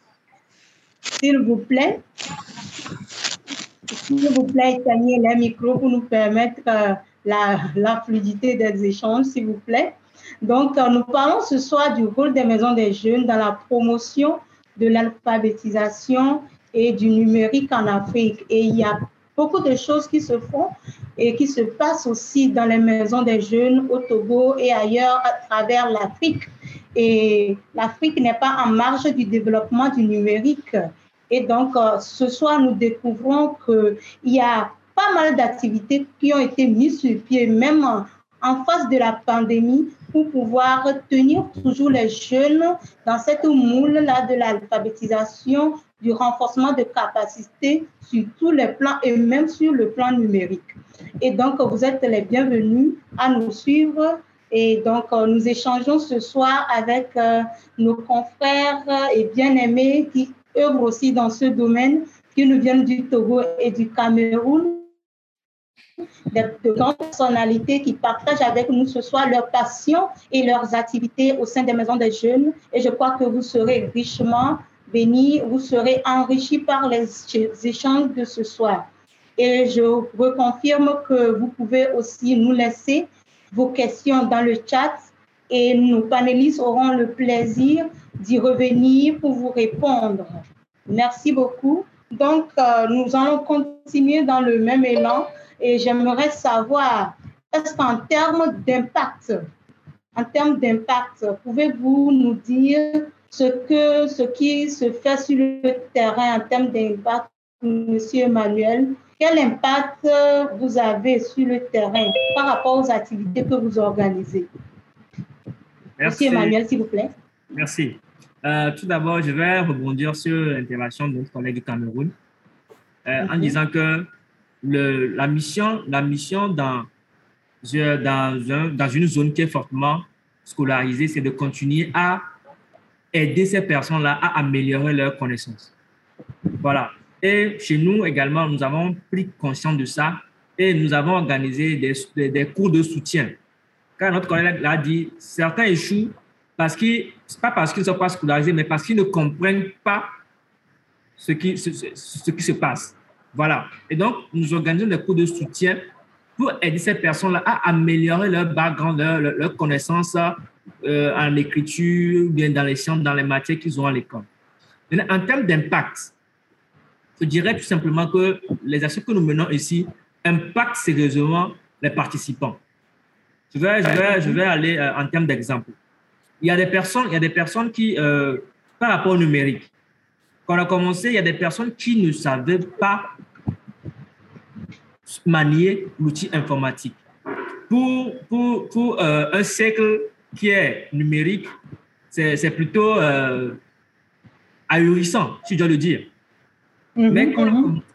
S'il vous plaît, éteignez les micros pour nous permettre la fluidité des échanges, s'il vous plaît. Donc, nous parlons ce soir du rôle des maisons des jeunes dans la promotion de l'alphabétisation et du numérique en Afrique. Et il y a beaucoup de choses qui se font et qui se passent aussi dans les maisons des jeunes au Togo et ailleurs à travers l'Afrique. Et l'Afrique n'est pas en marge du développement du numérique. Et donc, ce soir, nous découvrons qu'il y a pas mal d'activités qui ont été mises sur pied, même en face de la pandémie, pour pouvoir tenir toujours les jeunes dans cette moule-là de l'alphabétisation du renforcement de capacités sur tous les plans et même sur le plan numérique. Et donc, vous êtes les bienvenus à nous suivre. Et donc, nous échangeons ce soir avec nos confrères et bien-aimés qui œuvrent aussi dans ce domaine, qui nous viennent du Togo et du Cameroun, de grandes personnalités qui partagent avec nous ce soir leur passion et leurs activités au sein des maisons des jeunes. Et je crois que vous serez richement bénis, vous serez enrichis par les échanges de ce soir. Et je reconfirme que vous pouvez aussi nous laisser vos questions dans le chat et nos panélistes auront le plaisir d'y revenir pour vous répondre. Merci beaucoup. Donc, nous allons continuer dans le même élan et j'aimerais savoir, est-ce qu'en termes d'impact, pouvez-vous nous dire ce qui se fait sur le terrain en termes d'impact, Monsieur Emmanuel? Quel impact vous avez sur le terrain par rapport aux activités que vous organisez? Merci. Monsieur Emmanuel, s'il vous plaît. Merci. Tout d'abord, je vais rebondir sur l'intervention de notre collègue du Cameroun en disant que la mission dans une zone qui est fortement scolarisée, c'est de continuer à aider ces personnes-là à améliorer leurs connaissances. Voilà. Et chez nous également, nous avons pris conscience de ça et nous avons organisé des cours de soutien. Car notre collègue l'a dit, certains échouent pas parce qu'ils ne sont pas scolarisés, mais parce qu'ils ne comprennent pas ce qui se passe. Voilà. Et donc, nous organisons des cours de soutien pour aider ces personnes-là à améliorer leur background, leur connaissance en écriture, bien dans les sciences, dans les matières qu'ils ont à l'école. En termes d'impact, je dirais tout simplement que les actions que nous menons ici impactent sérieusement les participants. Je vais aller en termes d'exemple. Il y a des personnes qui, par rapport au numérique, quand on a commencé, il y a des personnes qui ne savaient pas manier l'outil informatique. Pour un siècle qui est numérique, c'est plutôt ahurissant, si je dois le dire. Mais quand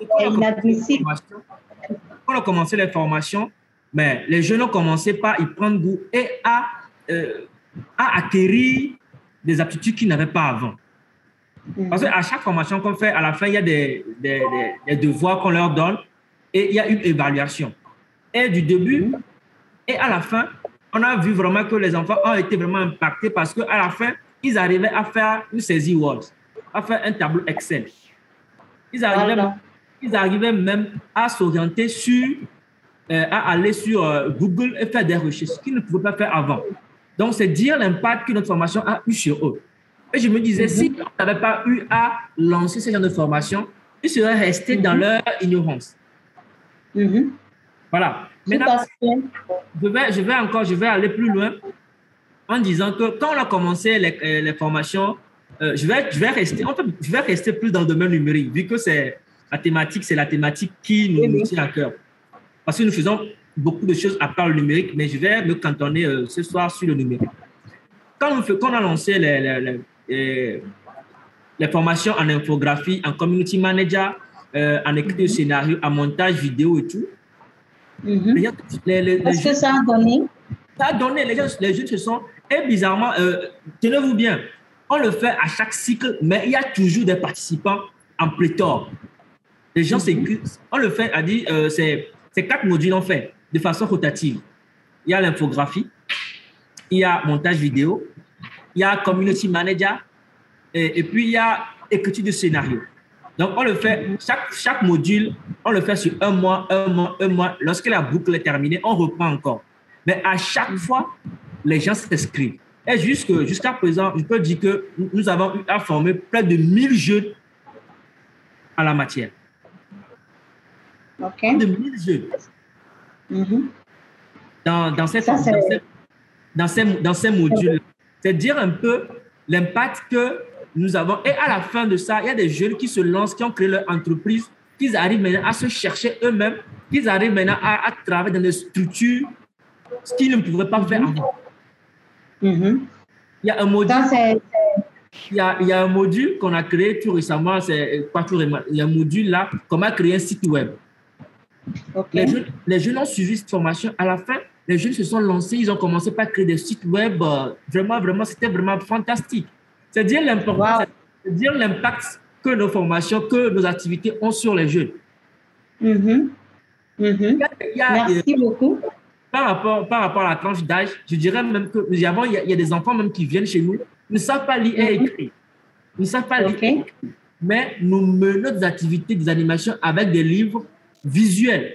on a commencé les formations, mais les jeunes ont commencé par y prendre goût et à acquérir des aptitudes qu'ils n'avaient pas avant. Parce qu'à chaque formation qu'on fait, à la fin, il y a des devoirs qu'on leur donne et il y a une évaluation. Et du début et à la fin, on a vu vraiment que les enfants ont été vraiment impactés parce qu'à la fin, ils arrivaient à faire une saisie Word, à faire un tableau Excel. Ils arrivaient même à s'orienter à aller sur Google et faire des recherches, ce qu'ils ne pouvaient pas faire avant. Donc, c'est dire l'impact que notre formation a eu sur eux. Et je me disais, si on n'avait pas eu à lancer ce genre de formation, ils seraient restés dans leur ignorance. Voilà. Maintenant, je vais aller plus loin en disant que quand on a commencé les formations, je vais rester plus dans le domaine numérique, vu que c'est la thématique qui nous tient à cœur. Parce que nous faisons beaucoup de choses à part le numérique, mais je vais me cantonner ce soir sur le numérique. Quand on a lancé les formations en infographie, en community manager, en écriture de scénario, en montage vidéo et tout, Qu'est-ce que ça a donné? Ça a donné, les jeunes se sont, et bizarrement, tenez-vous bien, on le fait à chaque cycle, mais il y a toujours des participants en pléthore. Les gens on le fait, c'est 4 modules en fait, de façon rotative. Il y a l'infographie, il y a montage vidéo, il y a community manager, et puis il y a écriture de scénario. Donc, on le fait, chaque module, on le fait sur un mois. Lorsque la boucle est terminée, on reprend encore. Mais à chaque fois, les gens s'inscrivent. Et jusqu'à présent, je peux dire que nous avons eu à former près de 1000 jeunes à la matière. Okay. De 1000 jeunes. Dans ces modules. C'est dire un peu l'impact que nous avons. Et à la fin de ça, il y a des jeunes qui se lancent, qui ont créé leur entreprise, qui arrivent maintenant à se chercher eux-mêmes, qui arrivent maintenant à travailler dans des structures, ce qu'ils ne pouvaient pas faire avant. Il y a un module. il y a un module qu'on a créé tout récemment, c'est pas tout récemment, il y a un module là, comment créer un site web. Okay. Les jeunes ont suivi cette formation. À la fin, les jeunes se sont lancés, ils ont commencé par créer des sites web. Vraiment, c'était vraiment fantastique. C'est dire l'importance, c'est dire l'impact que nos formations, que nos activités ont sur les jeunes. Merci beaucoup. Par rapport à la tranche d'âge, je dirais même que il y a des enfants même qui viennent chez nous, ne savent pas lire et écrire. Ils ne savent pas lire et écrire. Mais nous menons des activités, des animations avec des livres visuels.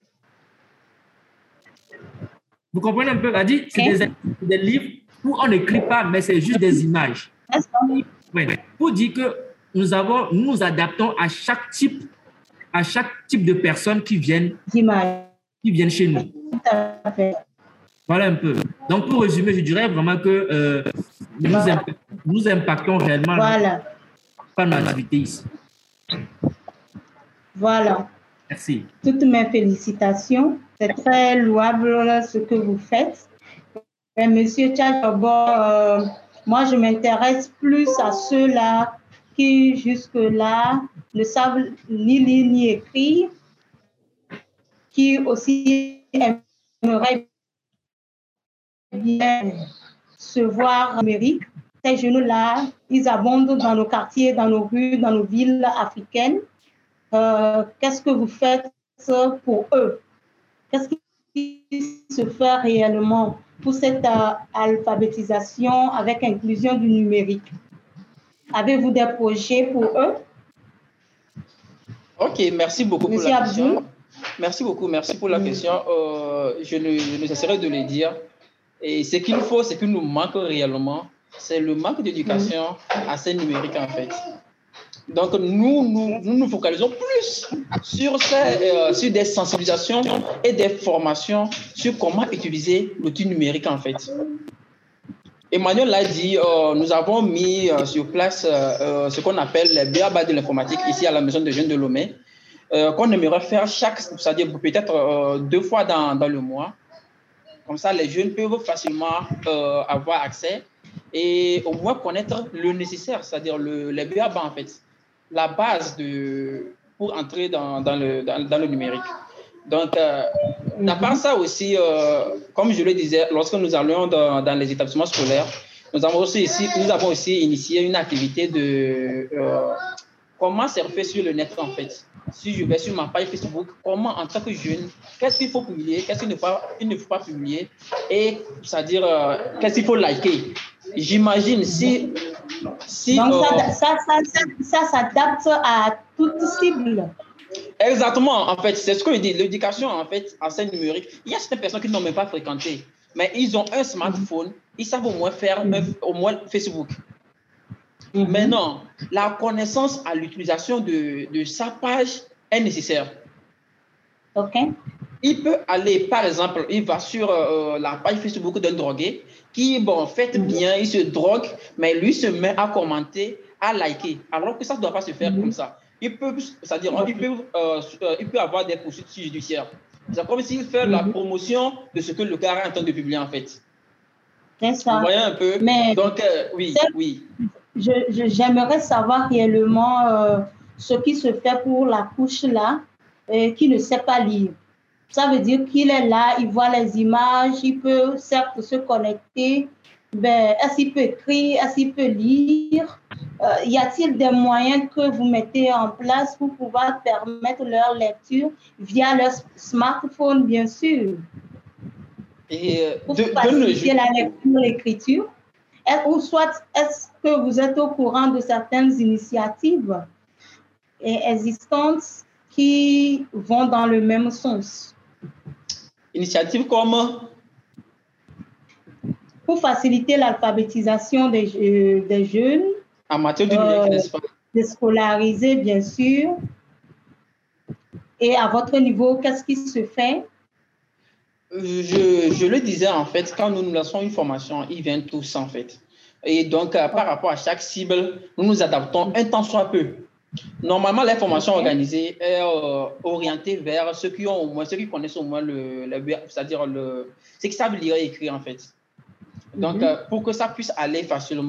Vous comprenez un peu? C'est des livres où on n'écrit pas, mais c'est juste des images. Pour dire que nous adaptons à chaque type de personnes qui viennent chez nous. Tout à fait. Voilà un peu. Donc, pour résumer, je dirais vraiment que nous impactons réellement par notre activité ici. Voilà. Merci. Toutes mes félicitations. C'est très louable ce que vous faites. Mais Monsieur Tchadjobo, moi, je m'intéresse plus à ceux-là qui, jusque-là, ne savent ni lire ni écrire, qui aussi aimeraient bien se voir numérique. Ces jeunes-là, ils abondent dans nos quartiers, dans nos rues, dans nos villes africaines. Qu'est-ce que vous faites pour eux? Qu'est-ce qui se fait réellement pour cette alphabétisation avec inclusion du numérique? Avez-vous des projets pour eux? Ok, merci beaucoup pour la question. Merci beaucoup, merci pour la question. Je ne cesserai de le dire. Et ce qu'il faut, ce qui nous manque réellement, c'est le manque d'éducation assez numérique en fait. Donc, nous focalisons plus sur des sensibilisations et des formations sur comment utiliser l'outil numérique en fait. Emmanuel l'a dit, nous avons mis sur place ce qu'on appelle les BABA de l'informatique ici à la Maison de Jeunes de Lomé, qu'on aimerait faire c'est-à-dire peut-être 2 fois dans le mois. Comme ça, les jeunes peuvent facilement avoir accès et au moins connaître le nécessaire, c'est-à-dire les BABA en fait. La base pour entrer dans le numérique. Donc, à part ça aussi, comme je le disais, lorsque nous allions dans les établissements scolaires, nous avons aussi initié une activité de comment surfer sur le net en fait. Si je vais sur ma page Facebook, comment en tant que jeune, qu'est-ce qu'il faut publier, qu'est-ce qu'il ne faut pas publier, et c'est-à-dire qu'est-ce qu'il faut liker. J'imagine si donc ça s'adapte à toute cible. Exactement, en fait, c'est ce que je dis. L'éducation, en fait, en scène numérique, il y a certaines personnes qui n'ont même pas fréquenté, mais ils ont un smartphone, ils savent au moins faire au moins Facebook. Maintenant, la connaissance à l'utilisation de sa page est nécessaire. OK. Il peut aller, par exemple, il va sur la page Facebook d'un drogué qui, fait bien, il se drogue, mais lui se met à commenter, à liker, alors que ça ne doit pas se faire comme ça. Il peut avoir des poursuites judiciaires. C'est comme s'il fait la promotion de ce que le gars est en train de publier, en fait. C'est ça. Vous voyez un peu? Mais donc, oui. J'aimerais savoir réellement ce qui se fait pour la couche là, qui ne sait pas lire. Ça veut dire qu'il est là, il voit les images, il peut certes se connecter, mais est-ce qu'il peut écrire, est-ce qu'il peut lire? Y a-t-il des moyens que vous mettez en place pour pouvoir permettre leur lecture via leur smartphone, bien sûr? Pour faciliter la lecture et l'écriture? Ou soit, est-ce que vous êtes au courant de certaines initiatives existantes qui vont dans le même sens? Initiatives comme? Pour faciliter l'alphabétisation des jeunes. En matière de numérique, n'est-ce pas? Déscolariser, bien sûr. Et à votre niveau, qu'est-ce qui se fait? Je le disais, en fait, quand nous lançons une formation, ils viennent tous, en fait. Et donc, par rapport à chaque cible, nous nous adaptons un tant soit peu. Normalement, la formation organisée est orientée vers ceux qui connaissent au moins c'est-à-dire ceux qui savent lire et écrire, en fait. Donc, pour que ça puisse aller facilement.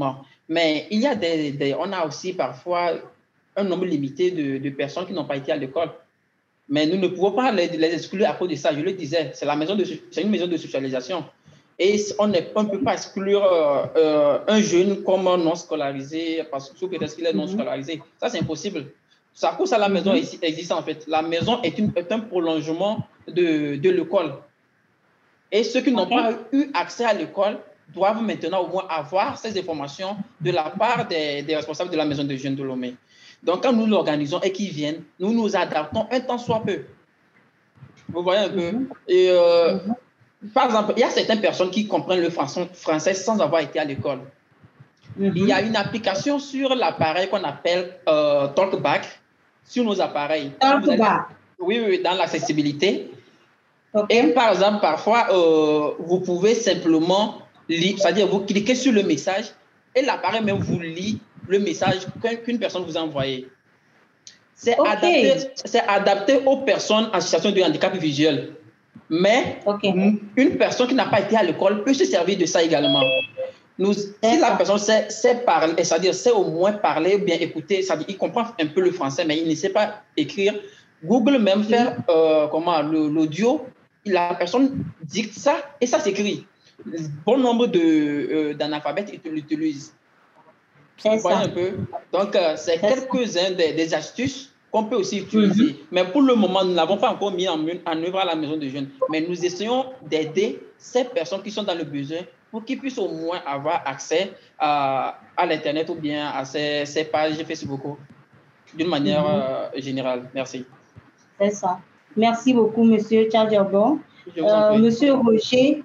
Mais il y a on a aussi parfois un nombre limité de personnes qui n'ont pas été à l'école. Mais nous ne pouvons pas les exclure à cause de ça. Je le disais, c'est une maison de socialisation. Et on ne peut pas exclure un jeune comme non scolarisé, parce que peut-être qu'il est non scolarisé. Ça, c'est impossible. Ça cause à la maison existe en fait. La maison est un prolongement de l'école. Et ceux qui n'ont pas eu accès à l'école doivent maintenant au moins avoir ces informations de la part des responsables de la maison de jeunes de Lomé. Donc, quand nous l'organisons et qu'ils viennent, nous nous adaptons un temps soit peu. Vous voyez un peu? Et, par exemple, il y a certaines personnes qui comprennent le français sans avoir été à l'école. Il y a une application sur l'appareil qu'on appelle TalkBack sur nos appareils. TalkBack. Oui, dans l'accessibilité. Et par exemple, parfois, vous pouvez simplement lire, c'est-à-dire vous cliquez sur le message et l'appareil même vous lit le message qu'une personne vous a envoyé. C'est adapté aux personnes en situation de handicap visuel. Mais une personne qui n'a pas été à l'école peut se servir de ça également. Si la personne sait parler, c'est-à-dire sait au moins parler ou bien écouter, c'est-à-dire il comprend un peu le français, mais il ne sait pas écrire, Google même fait l'audio, la personne dicte ça et ça s'écrit. Bon nombre d'analphabètes l'utilisent. Vous voyez un peu? Donc, c'est quelques-uns des astuces qu'on peut aussi utiliser. Mais pour le moment, nous n'avons pas encore mis en œuvre à la maison de jeunes. Mais nous essayons d'aider ces personnes qui sont dans le besoin pour qu'ils puissent au moins avoir accès à l'Internet ou bien à ces pages Facebook d'une manière générale. Merci. C'est ça. Merci beaucoup, Monsieur Tchadjabon. Monsieur Roger,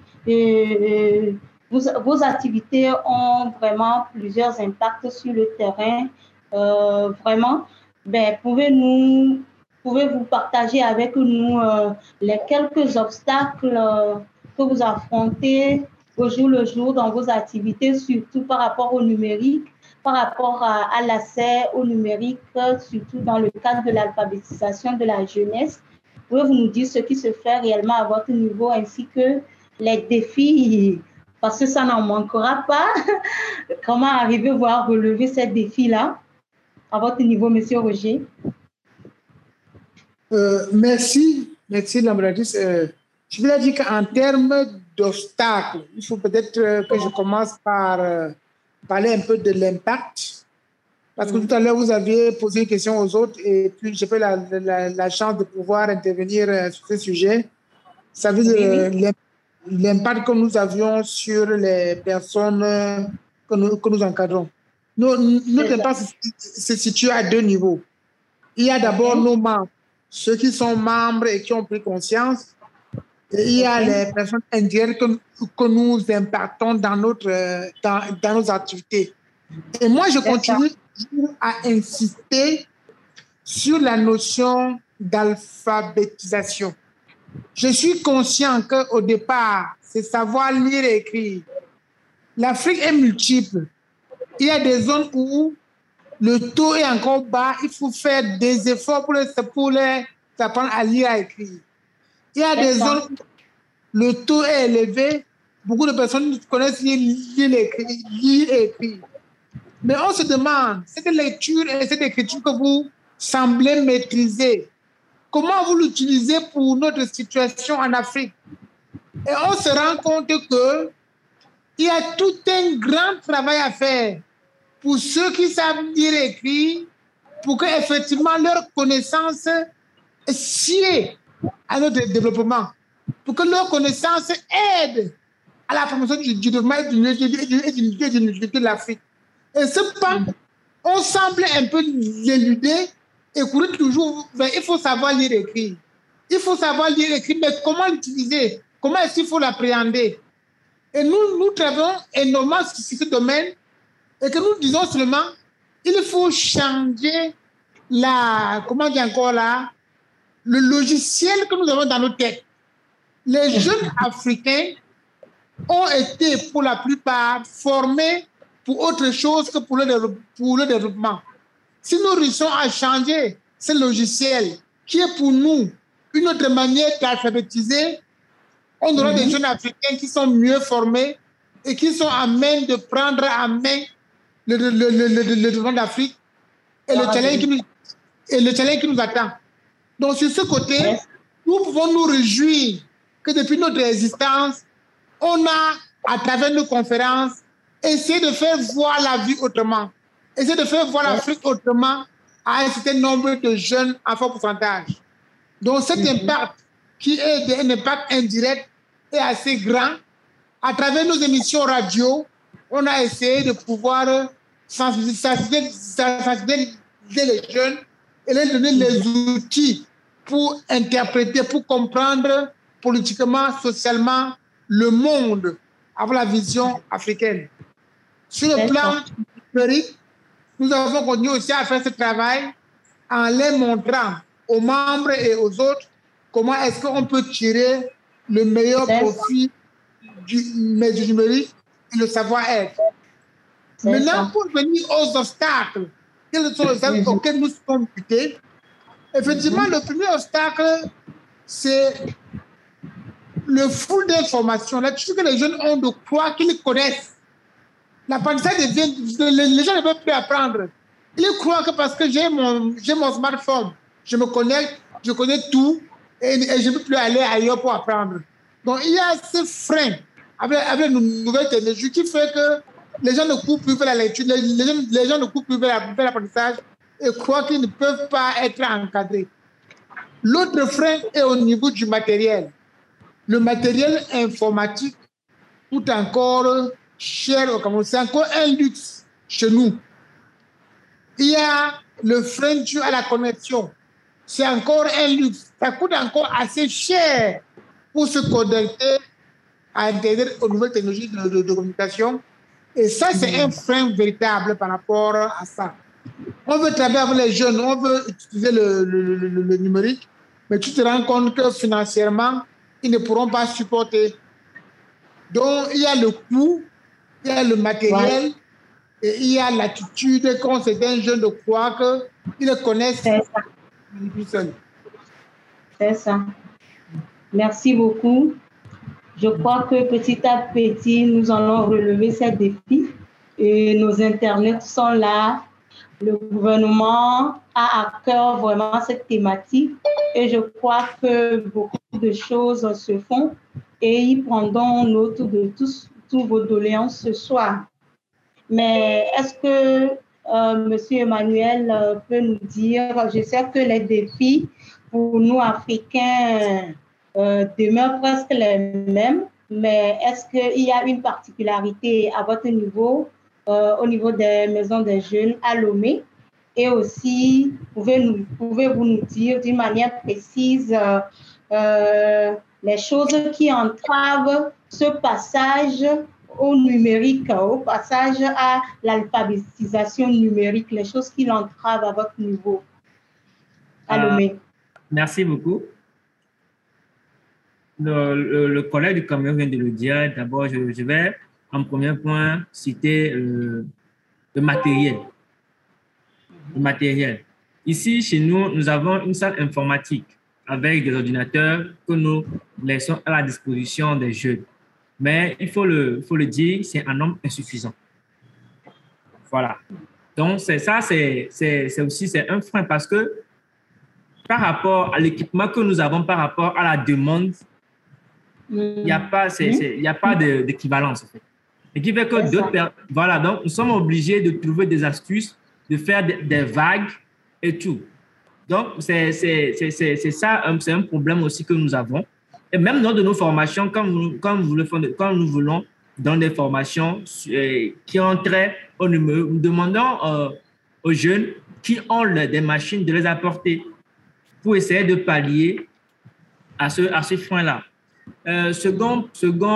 vos activités ont vraiment plusieurs impacts sur le terrain. Vraiment, pouvez-vous partager avec nous les quelques obstacles que vous affrontez au jour le jour dans vos activités, surtout par rapport au numérique, par rapport à l'accès au numérique, surtout dans le cadre de l'alphabétisation de la jeunesse. Pouvez-vous nous dire ce qui se fait réellement à votre niveau ainsi que les défis, parce que ça n'en manquera pas. Comment arriver à relever ces défis-là à votre niveau, Monsieur Roger? Merci, l'ambassadrice. Je voulais dire qu'en termes d'obstacles, il faut peut-être que je commence par parler un peu de l'impact. Parce que tout à l'heure, vous aviez posé une question aux autres et puis j'ai fait la chance de pouvoir intervenir sur ce sujet. Ça veut dire l'impact que nous avions sur les personnes que nous encadrons. Notre impact se situe à deux niveaux. Il y a d'abord nos membres, ceux qui sont membres et qui ont pris conscience. Et il y a les personnes indirectes que nous impactons dans nos activités. Et moi, je continue à insister sur la notion d'alphabétisation. Je suis conscient qu'au départ, c'est savoir lire et écrire. L'Afrique est multiple. Il y a des zones où le taux est encore bas. Il faut faire des efforts pour les apprendre à lire et à écrire. Il y a des zones où le taux est élevé. Beaucoup de personnes connaissent lire et écrire. Mais on se demande, cette lecture et cette écriture que vous semblez maîtriser, comment vous l'utilisez pour notre situation en Afrique? Et on se rend compte qu'il y a tout un grand travail à faire pour ceux qui savent lire et écrire, pour que effectivement leur connaissance sied à notre développement, pour que leur connaissance aide à la promotion du développement et de l'unité de l'Afrique. Et cependant, on semble un peu l'éluder et courir toujours. Il faut savoir lire et écrire. Il faut savoir lire et écrire, mais comment l'utiliser? Comment est-ce qu'il faut l'appréhender? Et nous travaillons énormément sur ce domaine et que nous disons seulement, il faut changer le logiciel que nous avons dans nos têtes. Les jeunes Africains ont été pour la plupart formés pour autre chose que pour le développement. Si nous réussissons à changer ce logiciel, qui est pour nous une autre manière d'alphabétiser, on aura des jeunes Africains qui sont mieux formés et qui sont à même de prendre en main le développement d'Afrique et le challenge qui nous attend. Donc, sur ce côté, nous pouvons nous réjouir que depuis notre existence, on a, à travers nos conférences, essayé de faire voir la vie autrement, essayé de faire voir l'Afrique autrement à un certain nombre de jeunes en fort pourcentage. Donc, cet impact, qui est un impact indirect, est assez grand. À travers nos émissions radio, on a essayé de pouvoir sensibiliser les jeunes et leur donner les outils pour interpréter, pour comprendre politiquement, socialement le monde avec la vision africaine. Sur le plan numérique, nous avons continué aussi à faire ce travail en les montrant aux membres et aux autres comment est-ce qu'on peut tirer le meilleur profit du numérique et le savoir-être. Maintenant, pour venir aux obstacles, quels sont les obstacles auxquels nous sommes butés? Effectivement, le premier obstacle, c'est le flou d'informations. Là-dessus que les jeunes ont de croire qu'ils connaissent. L'apprentissage devient... Les gens ne peuvent plus apprendre. Ils croient que parce que j'ai mon smartphone, je me connecte, je connais tout et je ne peux plus aller ailleurs pour apprendre. Donc, il y a ce frein avec une nouvelle technologie qui fait que les gens ne courent plus vers la lecture, les gens ne courent plus vers l'apprentissage et croient qu'ils ne peuvent pas être encadrés. L'autre frein est au niveau du matériel. Le matériel informatique coûte encore cher au Cameroun. C'est encore un luxe chez nous. Il y a le frein dû à la connexion. C'est encore un luxe. Ça coûte encore assez cher pour se connecter à Internet aux nouvelles technologies de communication. Et ça, c'est un frein véritable par rapport à ça. On veut travailler avec les jeunes, on veut utiliser le numérique, mais tu te rends compte que financièrement, ils ne pourront pas supporter. Donc, il y a le coût, il y a le matériel, et il y a l'attitude qu'ont certains jeunes de croire qu'ils le connaissent tout seuls. C'est ça. Merci beaucoup. Je crois que petit à petit, nous allons relever ces défis et nos internets sont là. Le gouvernement a à cœur vraiment cette thématique et je crois que beaucoup de choses se font et ils prendront note de tous vos doléances ce soir. Mais est-ce que M. Emmanuel peut nous dire, je sais que les défis pour nous Africains demeurent presque les mêmes, mais est-ce qu'il y a une particularité à votre niveau, au niveau des maisons des jeunes à Lomé? Et aussi, pouvez-vous nous dire d'une manière précise les choses qui entravent ce passage au numérique, au passage à l'alphabétisation numérique, les choses qui l'entravent à votre niveau à Lomé? Merci beaucoup. Le collègue du Cameroun vient de le dire. D'abord, je vais en premier point citer le matériel. Le matériel. Ici, chez nous, nous avons une salle informatique avec des ordinateurs que nous laissons à la disposition des jeunes. Mais il faut le dire, c'est un nombre insuffisant. Voilà. Donc, c'est un frein parce que par rapport à l'équipement que nous avons, par rapport à la demande, il n'y a pas d'équivalence. En fait. Et qui fait que voilà, donc nous sommes obligés de trouver des astuces, de faire des vagues et tout. Donc, c'est ça, c'est un problème aussi que nous avons. Et même dans nos formations, quand nous voulons dans des formations qui ont trait au numéro, nous demandons aux jeunes qui ont des machines de les apporter pour essayer de pallier à ce frein-là. Second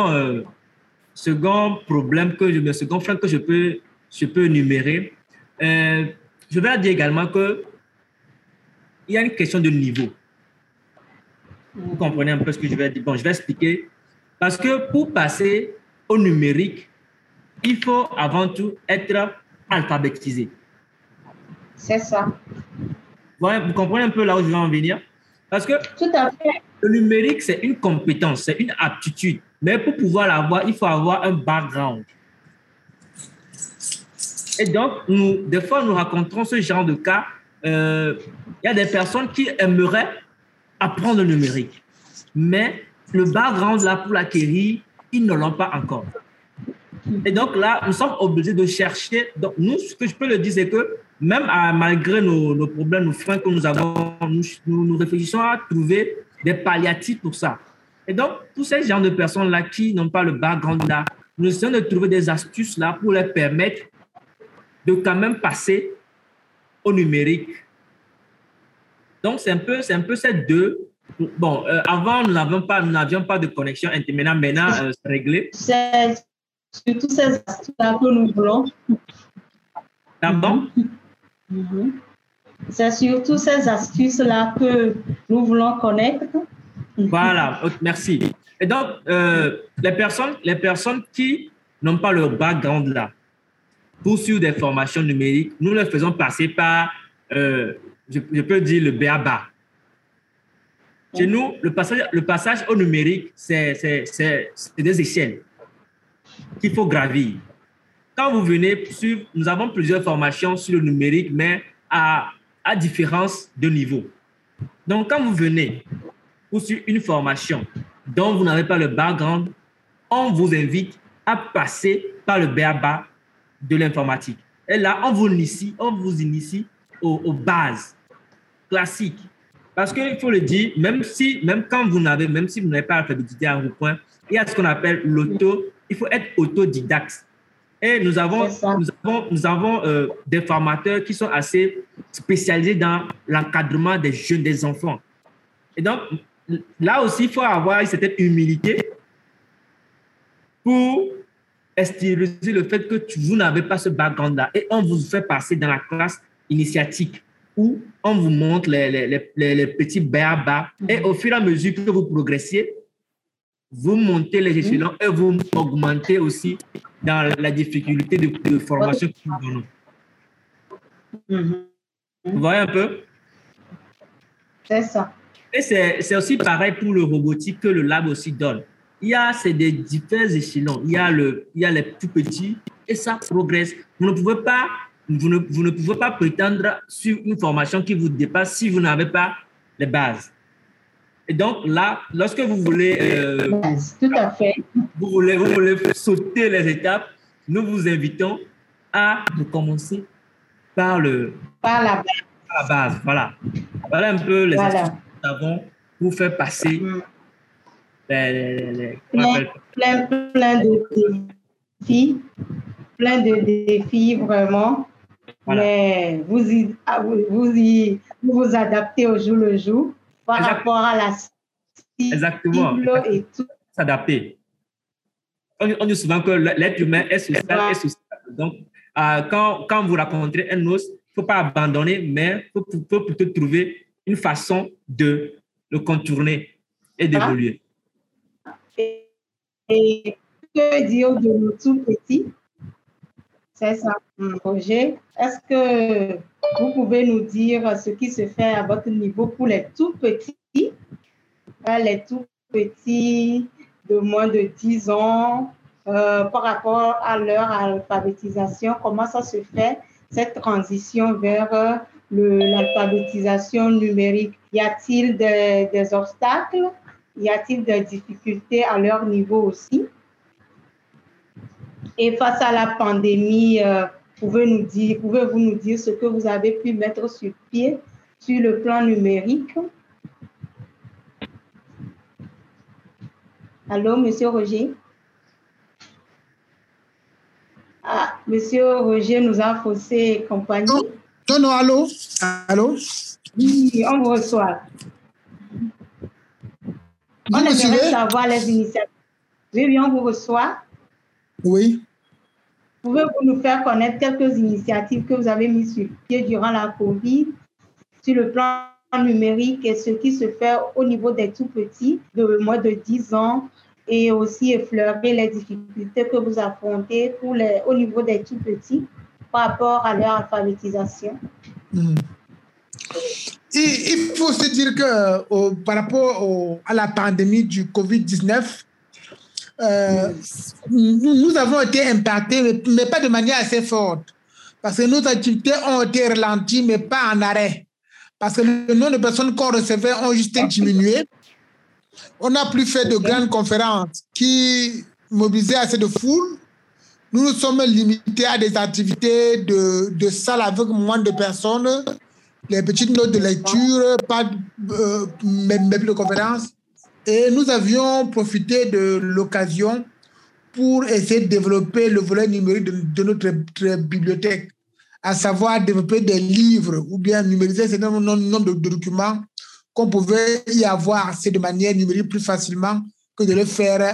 frein que je peux énumérer, je vais dire également qu'il y a une question de niveau. Vous comprenez un peu ce que je vais dire. Bon, je vais expliquer. Parce que pour passer au numérique, il faut avant tout être alphabétisé. C'est ça. Ouais, vous comprenez un peu là où je veux en venir? Parce que tout à fait. Le numérique, c'est une compétence, c'est une aptitude. Mais pour pouvoir l'avoir, il faut avoir un background. Et donc, des fois, nous rencontrons ce genre de cas. Il y a des personnes qui aimeraient apprendre le numérique, mais le background là pour l'acquérir, ils ne l'ont pas encore. Et donc là, nous sommes obligés de chercher. Donc, nous, ce que je peux le dire, c'est que même malgré nos problèmes, nos freins que nous avons, nous réfléchissons à trouver des palliatifs pour ça. Et donc, tous ces genres de personnes-là qui n'ont pas le background là, nous essayons de trouver des astuces là pour leur permettre de quand même passer au numérique. Donc, c'est un peu ces deux. Bon, avant, nous n'avions pas de connexion Internet. Maintenant, c'est réglé. C'est surtout ces astuces-là que nous voulons. Pardon? C'est surtout ces astuces-là que nous voulons connaître. Voilà, merci. Et donc, les personnes qui n'ont pas le background là, pour suivre des formations numériques, nous les faisons passer par, je peux dire, le b.a.-ba. Chez nous, le passage au numérique, c'est des échelles qu'il faut gravir. Quand vous venez suivre, nous avons plusieurs formations sur le numérique, mais à différence de niveau. Donc, quand vous venez pour suivre une formation dont vous n'avez pas le background, on vous invite à passer par le b.a.-ba de l'informatique. Et là, on vous initie aux bases classiques. Parce qu'il faut le dire, même si vous n'avez pas l'alphabétisé à un point, il y a ce qu'on appelle il faut être autodidacte. Et nous avons des formateurs qui sont assez spécialisés dans l'encadrement des jeunes, des enfants. Et donc, là aussi, il faut avoir cette humilité pour extérioriser le fait que vous n'avez pas ce background-là. Et on vous fait passer dans la classe initiatique où on vous montre les petits b.a.-ba. Et au fur et à mesure que vous progressez, vous montez les échelons et vous augmentez aussi dans la difficulté de formation que nous donnons. Vous voyez un peu? C'est ça. Et c'est aussi pareil pour le robotique que le lab aussi donne. C'est des différents échelons. Il y a les plus petits et ça progresse. Vous ne pouvez pas prétendre sur une formation qui vous dépasse si vous n'avez pas les bases. Et donc là, lorsque vous voulez, tout à fait. Vous voulez sauter les étapes, nous vous invitons à commencer par la base. Voilà un peu les astuces que nous avons pour faire passer plein de défis vraiment. Voilà. Mais vous adaptez au jour le jour par rapport à la cible et tout. S'adapter. On dit souvent que l'être humain est social. Donc, quand vous rencontrez un os, il ne faut pas abandonner, mais il faut plutôt trouver une façon de le contourner et d'évoluer. Et que dire de nos tout petits? C'est ça, Roger. Est-ce que vous pouvez nous dire ce qui se fait à votre niveau pour les tout petits de moins de 10 ans par rapport à leur alphabétisation? Comment ça se fait, cette transition vers l'alphabétisation numérique? Y a-t-il des obstacles? Y a-t-il des difficultés à leur niveau aussi? Et face à la pandémie, pouvez-vous nous dire ce que vous avez pu mettre sur pied sur le plan numérique? Allô, Monsieur Roger? Ah, Monsieur Roger nous a faussé compagnie. Non, allô? Allô? Oui, on vous reçoit. On aimerait savoir les initiatives. Oui, on vous reçoit. Oui. Pouvez-vous nous faire connaître quelques initiatives que vous avez mises sur pied durant la COVID sur le plan numérique et ce qui se fait au niveau des tout-petits de moins de 10 ans et aussi effleurer les difficultés que vous affrontez au niveau des tout-petits par rapport à leur alphabétisation? Il faut se dire que par rapport à la pandémie du COVID-19, nous avons été impactés, mais pas de manière assez forte. Parce que nos activités ont été ralenties, mais pas en arrêt. Parce que le nombre de personnes qu'on recevait ont juste diminué. On n'a plus fait de grandes conférences qui mobilisaient assez de foule. Nous nous sommes limités à des activités de salle avec moins de personnes, les petites notes de lecture, pas même de conférences. Et nous avions profité de l'occasion pour essayer de développer le volet numérique de notre bibliothèque, à savoir développer des livres ou bien numériser un certain nombre de documents qu'on pouvait y avoir accès de manière numérique plus facilement que de le faire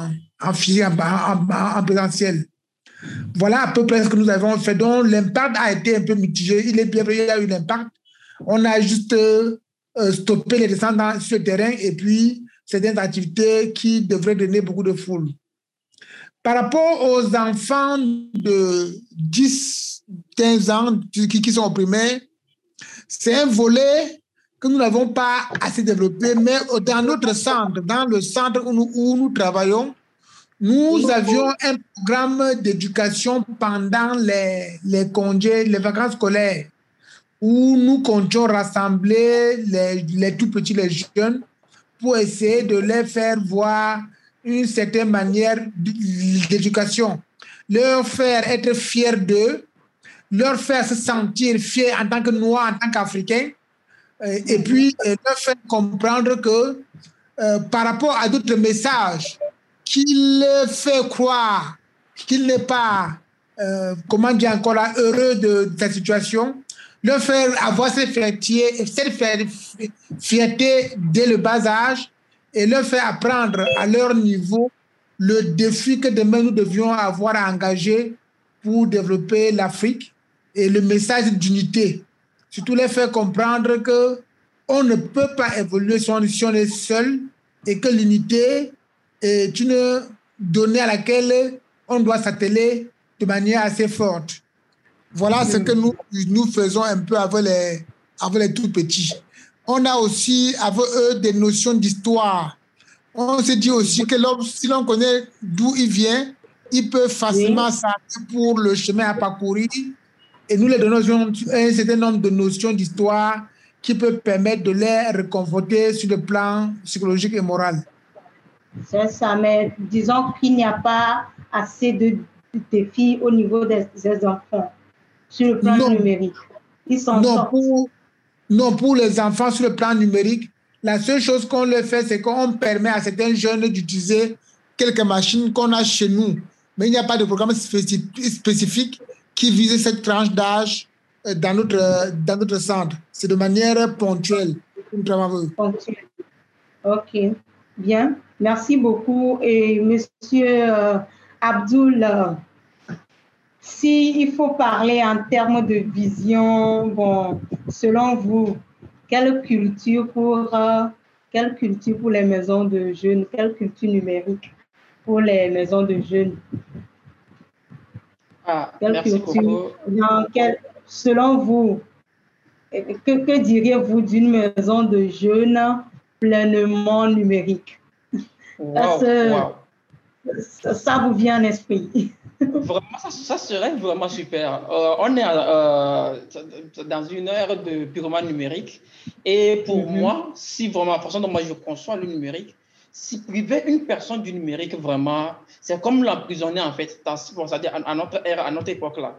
en présentiel. Voilà à peu près ce que nous avons fait. Donc, l'impact a été un peu mitigé. Il est bien vrai, il y a eu l'impact. On a juste stoppé les descentes sur le terrain et puis certaines activités qui devraient donner beaucoup de foule. Par rapport aux enfants de 10, 15 ans qui sont au primaire, c'est un volet que nous n'avons pas assez développé, mais dans notre centre, dans le centre où nous travaillons, nous avions un programme d'éducation pendant les congés, les vacances scolaires, où nous comptions rassembler les tout petits, les jeunes, pour essayer de les faire voir une certaine manière d'éducation, leur faire être fiers d'eux, leur faire se sentir fiers en tant que Noirs, en tant qu'Africains, et puis leur faire comprendre que par rapport à d'autres messages qu'il fait croire qu'il n'est pas, comment dire encore là, heureux de sa situation, leur faire avoir cette fierté dès le bas âge et leur faire apprendre à leur niveau le défi que demain nous devions avoir à engager pour développer l'Afrique et le message d'unité. Surtout les faire comprendre qu'on ne peut pas évoluer si on est seul et que l'unité est une donnée à laquelle on doit s'atteler de manière assez forte. Voilà ce que nous faisons un peu avec les tout petits. On a aussi avec eux des notions d'histoire. On se dit aussi que si l'on connaît d'où il vient, il peut facilement s'arrêter pour le chemin à parcourir. Et nous les donnons un certain nombre de notions d'histoire qui peut permettre de les réconforter sur le plan psychologique et moral. C'est ça, mais disons qu'il n'y a pas assez de défis au niveau des enfants sur le plan numérique. Ils s'en sortent. Non, pour les enfants sur le plan numérique, la seule chose qu'on leur fait, c'est qu'on permet à certains jeunes d'utiliser quelques machines qu'on a chez nous. Mais il n'y a pas de programme spécifique qui vise cette tranche d'âge dans notre centre. C'est de manière ponctuelle. Ponctuelle. OK. Bien. Merci beaucoup. Et Monsieur Abdoul, s'il faut parler en termes de vision, bon, selon vous, quelle culture pour les maisons de jeunes, quelle culture numérique pour les maisons de jeunes? Merci beaucoup. Selon vous, que diriez-vous d'une maison de jeunes pleinement numérique? Ça vous vient en esprit? Vraiment, ça serait vraiment super. On est dans une ère de purement numérique. Et pour moi, si vraiment, la façon dont moi je conçois le numérique, si priver une personne du numérique, vraiment, c'est comme l'emprisonner en fait, c'est-à-dire à notre ère, à notre époque-là.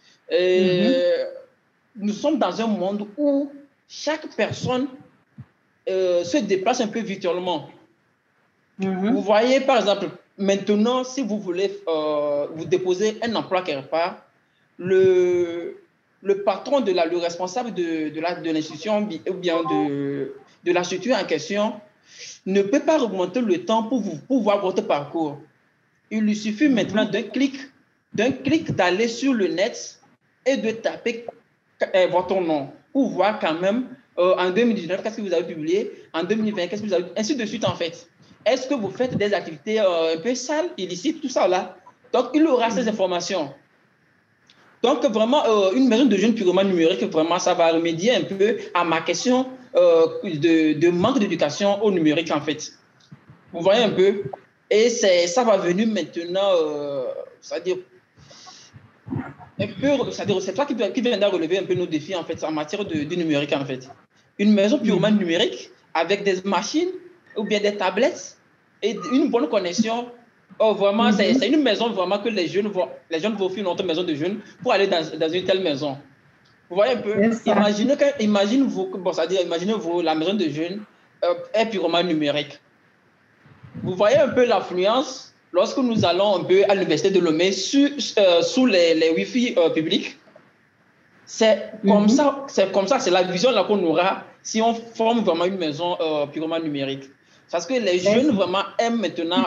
Nous sommes dans un monde où chaque personne se déplace un peu virtuellement. Vous voyez, par exemple, maintenant, si vous voulez vous déposer un emploi quelque part, le patron, le responsable de l'institution ou bien de la structure en question ne peut pas augmenter le temps pour voir votre parcours. Il lui suffit maintenant d'un clic d'aller sur le net et de taper votre nom pour voir quand même en 2019, qu'est-ce que vous avez publié, en 2020, qu'est-ce que vous avez... Ainsi de suite, en fait. Est-ce que vous faites des activités un peu sales, illicites, tout ça là? Donc, il aura ces informations. Donc, vraiment, une maison de jeunes purement numérique, vraiment, ça va remédier un peu à ma question de manque d'éducation au numérique, en fait. Vous voyez un peu? Et ça va venir maintenant, c'est-à-dire, c'est-à-dire, c'est toi qui viens de relever un peu nos défis en fait, en matière du numérique en fait. Une maison purement numérique avec des machines ou bien des tablettes et une bonne connexion. Oh, vraiment, c'est une maison vraiment que les jeunes vont offrir une autre maison de jeunes pour aller dans une telle maison. Vous voyez un peu? Imaginez-vous, la maison de jeunes est purement numérique. Vous voyez un peu l'affluence lorsque nous allons un peu à l'université de Lomé sous les Wi-Fi publics. C'est comme ça, c'est la vision là qu'on aura si on forme vraiment une maison purement numérique. Parce que les jeunes vraiment aiment maintenant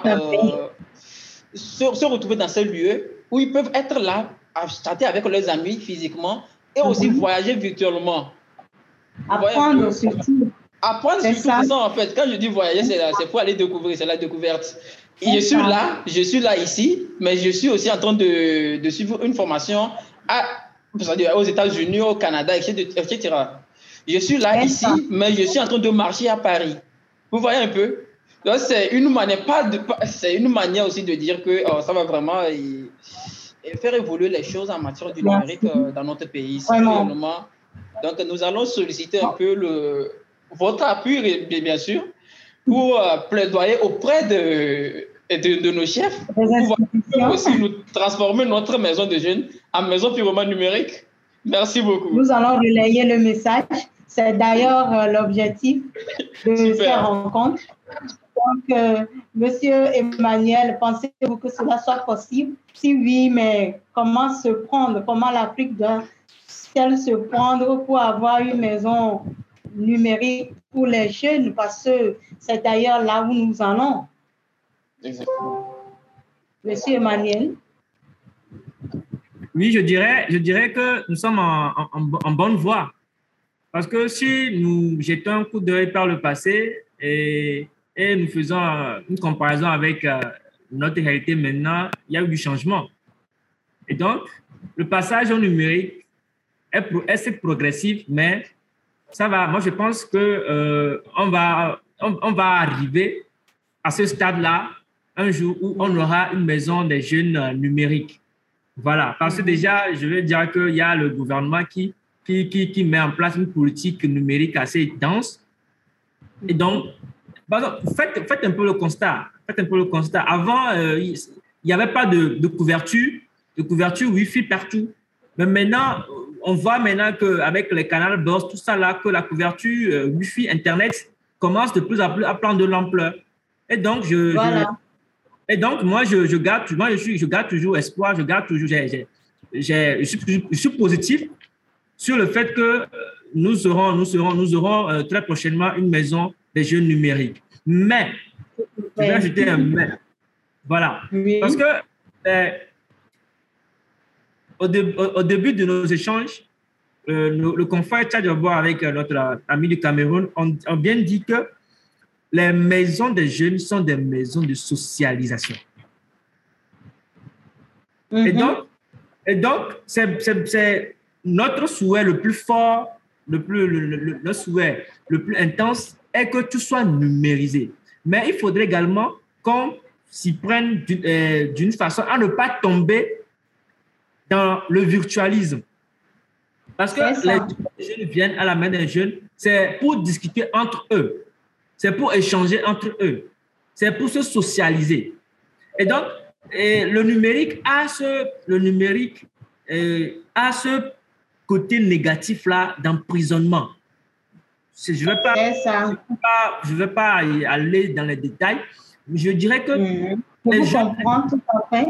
se retrouver dans ces lieux où ils peuvent être là, à chatter avec leurs amis physiquement et aussi voyager virtuellement. Apprendre surtout. Apprendre surtout, c'est ça en fait. Quand je dis voyager, c'est pour aller découvrir, c'est la découverte. Et je suis là ici, mais je suis aussi en train de suivre une formation aux États-Unis, au Canada, etc. Je suis là ici, mais je suis en train de marcher à Paris. Vous voyez un peu? Donc, c'est une manière aussi de dire que ça va vraiment faire évoluer les choses en matière du numérique dans notre pays. Donc, nous allons solliciter un peu votre appui, bien sûr, pour plaidoyer auprès de nos chefs pour aussi nous transformer notre maison de jeunes en maison purement numérique. Merci beaucoup. Nous allons relayer le message. C'est d'ailleurs l'objectif de ces rencontres. Donc, Monsieur Emmanuel, pensez-vous que cela soit possible? Si oui, mais comment se prendre? Comment l'Afrique doit-elle se prendre pour avoir une maison numérique pour les jeunes? Parce que c'est d'ailleurs là où nous allons. Exactement. Monsieur Emmanuel. Oui, je dirais que nous sommes en bonne voie. Parce que si nous jetons un coup d'œil par le passé et nous faisons une comparaison avec notre réalité maintenant, il y a eu du changement. Et donc, le passage au numérique est progressif, mais ça va. Moi, je pense que on va arriver à ce stade-là un jour où on aura une maison des jeunes numériques. Voilà, parce que déjà, je veux dire qu'il y a le gouvernement qui met en place une politique numérique assez dense. Et donc, faites un peu le constat. Avant, il n'y avait pas de couverture Wi-Fi partout. Mais maintenant, on voit qu'avec les canaux BOS, tout ça là, que la couverture Wi-Fi Internet commence de plus en plus à prendre de l'ampleur. Et donc, moi, je garde toujours espoir, je suis positif sur le fait que nous aurons très prochainement une maison des jeunes numériques. Mais, je vais ajouter un mais. Voilà. Oui. Parce que au début de nos échanges, le confrère Tchadjobo avec notre ami du Cameroun ont bien dit que les maisons des jeunes sont des maisons de socialisation. Et donc, c'est notre souhait le plus fort, le souhait le plus intense est que tout soit numérisé. Mais il faudrait également qu'on s'y prenne d'une façon à ne pas tomber dans le virtualisme. Parce que les jeunes viennent à la main des jeunes, c'est pour discuter entre eux. C'est pour échanger entre eux. C'est pour se socialiser. Et donc, le numérique a ce côté négatif-là d'emprisonnement. Je ne vais pas aller dans les détails. Je dirais que les gens comprennent tout à fait.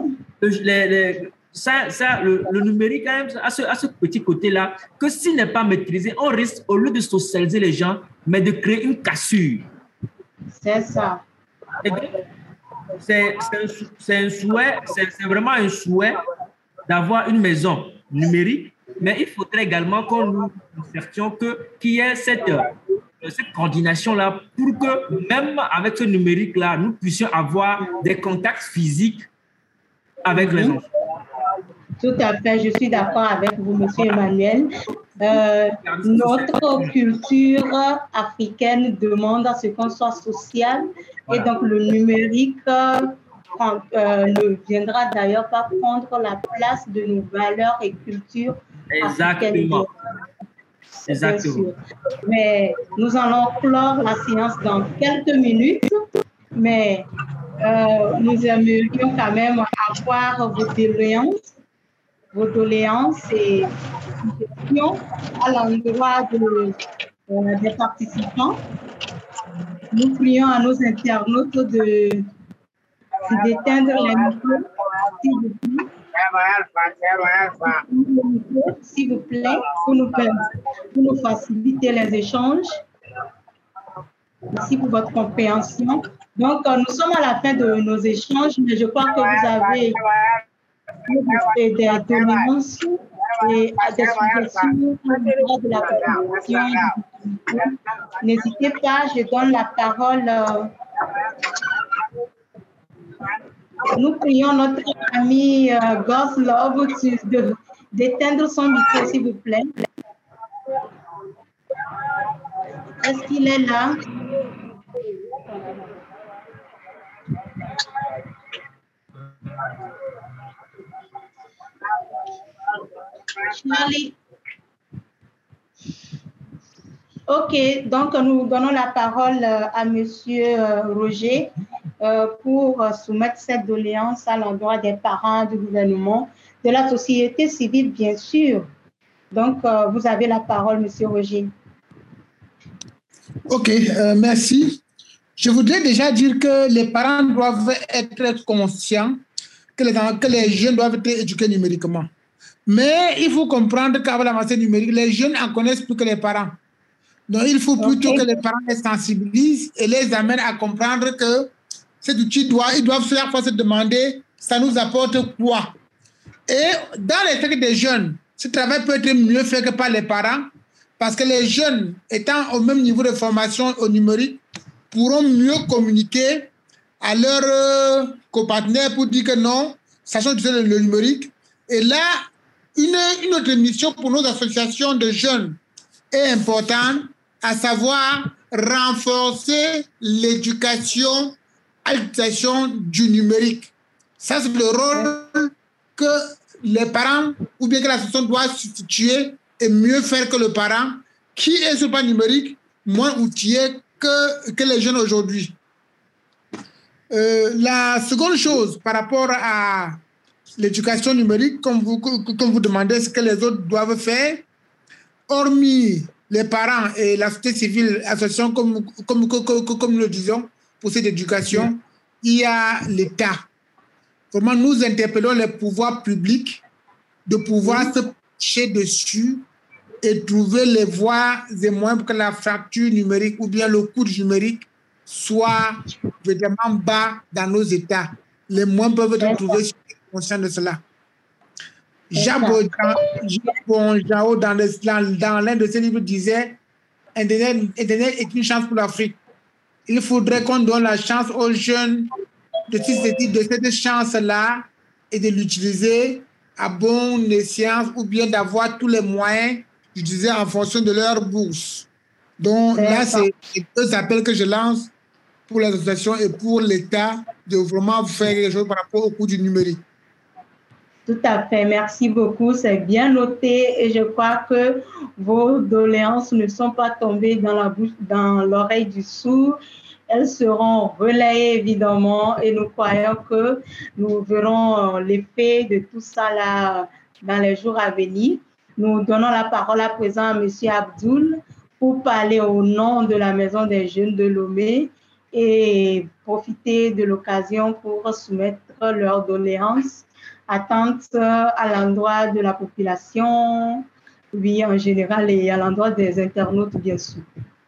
Le numérique quand même, a ce petit côté-là que s'il n'est pas maîtrisé, on risque, au lieu de socialiser les gens, mais de créer une cassure. C'est ça. C'est un souhait, c'est vraiment un souhait d'avoir une maison numérique, mais il faudrait également qu'on nous certions qu'il y ait cette coordination-là pour que même avec ce numérique-là, nous puissions avoir des contacts physiques avec les enfants. Tout à fait, je suis d'accord avec vous, Monsieur Emmanuel. Notre culture africaine demande à ce qu'on soit social et donc le numérique ne viendra d'ailleurs pas prendre la place de nos valeurs et cultures africaines. Exactement. Bien sûr. Mais nous allons clore la séance dans quelques minutes, mais nous aimerions quand même avoir vos doléances et questions à l'endroit des participants. Nous prions à nos internautes d'éteindre les micros, s'il vous plaît, pour nous faciliter les échanges. Merci pour votre compréhension. Donc, nous sommes à la fin de nos échanges, mais je crois que vous avez des doléances et des suggestions pour de la communication. N'hésitez pas, je donne la parole. Nous prions notre ami Goslove d'éteindre son micro, s'il vous plaît. Est-ce qu'il est là? Charlie. OK, donc nous donnons la parole à Monsieur Roger pour soumettre cette doléance à l'endroit des parents, du gouvernement, de la société civile, bien sûr. Donc, vous avez la parole, Monsieur Roger. OK, merci. Je voudrais déjà dire que les parents doivent être conscients que les jeunes doivent être éduqués numériquement. Mais il faut comprendre qu'avec l'avancée numérique, les jeunes en connaissent plus que les parents. Donc, il faut plutôt que les parents les sensibilisent et les amènent à comprendre que cet outil ils doivent chaque fois se demander, ça nous apporte quoi? Et dans les cercles des jeunes, ce travail peut être mieux fait que par les parents, parce que les jeunes, étant au même niveau de formation au numérique, pourront mieux communiquer à leurs copartenaires pour dire que non, sachant utiliser le numérique. Et là, une autre mission pour nos associations de jeunes est importante, à savoir renforcer l'éducation à l'utilisation du numérique. Ça, c'est le rôle que les parents ou bien que l'association doit substituer et mieux faire que le parent qui est sur le plan numérique, moins outillé que les jeunes aujourd'hui. La seconde chose par rapport à l'éducation numérique, comme vous demandez ce que les autres doivent faire, hormis les parents et la société civile, association comme nous le disons, pour cette éducation, il y a l'État. Vraiment, nous interpellons les pouvoirs publics de pouvoir se pencher dessus et trouver les voies et moyens pour que la fracture numérique ou bien le coût du numérique soit vraiment bas dans nos États. Les moyens peuvent être trouvés si on est conscient de cela. Jacques Bonjao, dans l'un de ses livres, disait Internet est une chance pour l'Afrique. Il faudrait qu'on donne la chance aux jeunes de cette chance-là et de l'utiliser à bon escient ou bien d'avoir tous les moyens d'utiliser en fonction de leur bourse. Donc là, c'est deux appels que je lance pour l'association et pour l'État de vraiment faire quelque chose par rapport au coût du numérique. Tout à fait, merci beaucoup, c'est bien noté et je crois que vos doléances ne sont pas tombées dans l'oreille du sourd. Elles seront relayées évidemment et nous croyons que nous verrons l'effet de tout ça là dans les jours à venir. Nous donnons la parole à présent à M. Abdoul pour parler au nom de la Maison des Jeunes de Lomé et profiter de l'occasion pour soumettre leurs doléances, attentes à l'endroit de la population, oui, en général, et à l'endroit des internautes, bien sûr.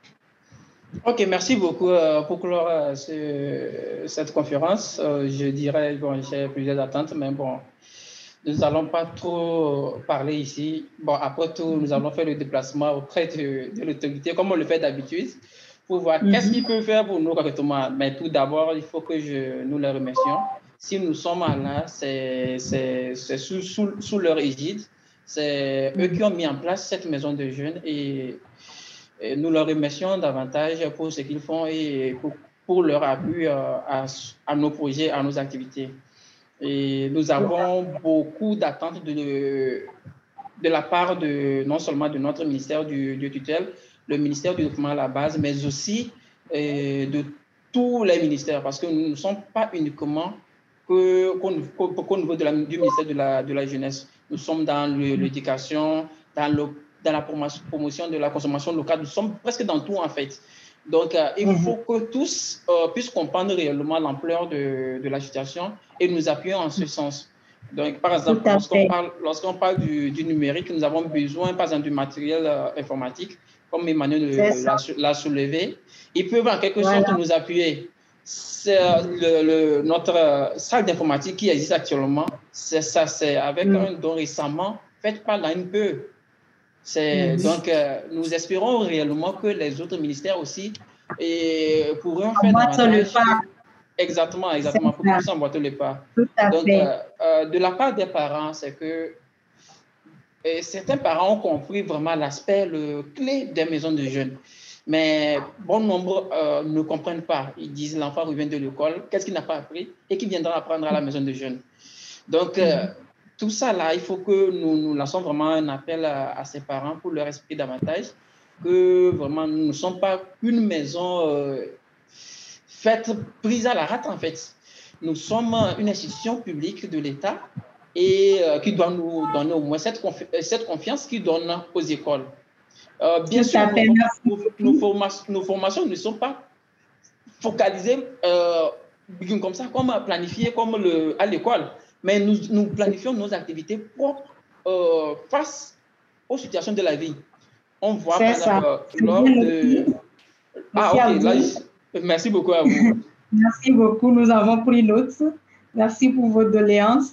OK, merci beaucoup pour clore cette conférence. Je dirais, bon, j'ai plusieurs attentes, mais bon, nous n'allons pas trop parler ici. Bon, après tout, nous allons faire le déplacement auprès de l'autorité, comme on le fait d'habitude, pour voir qu'est-ce qu'ils peuvent faire pour nous correctement. Mais tout d'abord, il faut que nous les remercions. Si nous sommes là, c'est sous leur égide. C'est eux qui ont mis en place cette maison de jeunes et nous leur remercions davantage pour ce qu'ils font et pour leur appui à nos projets, à nos activités. Et nous avons beaucoup d'attentes de la part non seulement de notre ministère du tutelle, le ministère du document à la base, mais aussi de tous les ministères, parce que nous ne sommes pas uniquement qu'au niveau du ministère de la jeunesse. Nous sommes dans l'éducation, dans la promotion de la consommation locale, nous sommes presque dans tout en fait. Donc, il faut que tous puissent comprendre réellement l'ampleur de la situation et nous appuyer en ce sens. Donc, par exemple, lorsqu'on parle du numérique, nous avons besoin, par exemple, du matériel informatique, comme Emmanuel l'a soulevé. Ils peuvent en quelque sorte nous appuyer. C'est notre salle d'informatique qui existe actuellement. C'est avec un don récemment fait par l'ANPE. Donc, nous espérons réellement que les autres ministères aussi pourront faire davantage. Exactement, pour pouvoir s'emboîter le pas. Donc, de la part des parents, c'est que certains parents ont compris vraiment l'aspect clé des maisons de jeunes. Mais bon nombre ne comprennent pas. Ils disent l'enfant revient de l'école, qu'est-ce qu'il n'a pas appris et qu'il viendra apprendre à la maison de jeunes. Donc, tout ça, là, il faut que nous lançons vraiment un appel à ces parents pour leur expliquer davantage que vraiment, nous ne sommes pas une maison prise à la rate, en fait. Nous sommes une institution publique de l'État et qui doit nous donner au moins cette confiance qu'il donne aux écoles. Bien sûr, nos formations ne sont pas focalisées comme ça, comme planifiées comme à l'école. Mais nous planifions nos activités propres face aux situations de la vie. On voit par exemple lors de... Merci beaucoup à vous. Merci beaucoup, nous avons pris note. Merci pour vos doléances.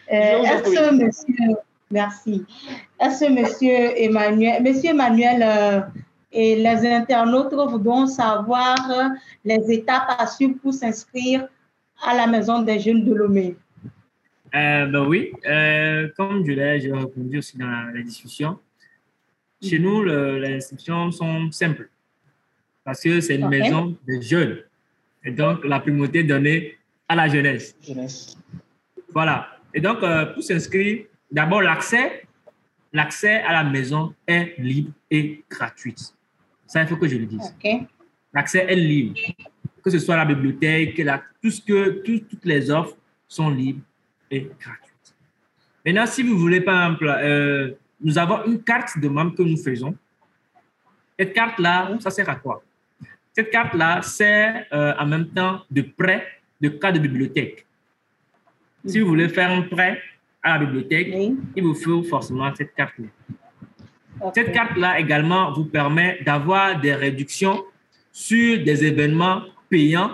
Est-ce monsieur Emmanuel et les internautes voudront savoir les étapes à suivre pour s'inscrire à la Maison des Jeunes de Lomé? Oui, comme je l'ai répondu aussi dans la discussion, chez nous, les inscriptions sont simples parce que c'est une maison de jeunes. Et donc, la primauté donnée à la jeunesse. Voilà. Et donc, pour s'inscrire, d'abord, l'accès à la maison est libre et gratuit. Ça, il faut que je le dise. L'accès est libre. Que ce soit la bibliothèque, toutes les offres sont libres et gratuites. Maintenant, si vous voulez, par exemple, nous avons une carte de membre que nous faisons. Cette carte-là, ça sert à quoi? Cette carte-là sert en même temps de prêt de cas de bibliothèque. Si vous voulez faire un prêt à la bibliothèque, il vous faut forcément cette carte-là. Cette carte-là également vous permet d'avoir des réductions sur des événements payants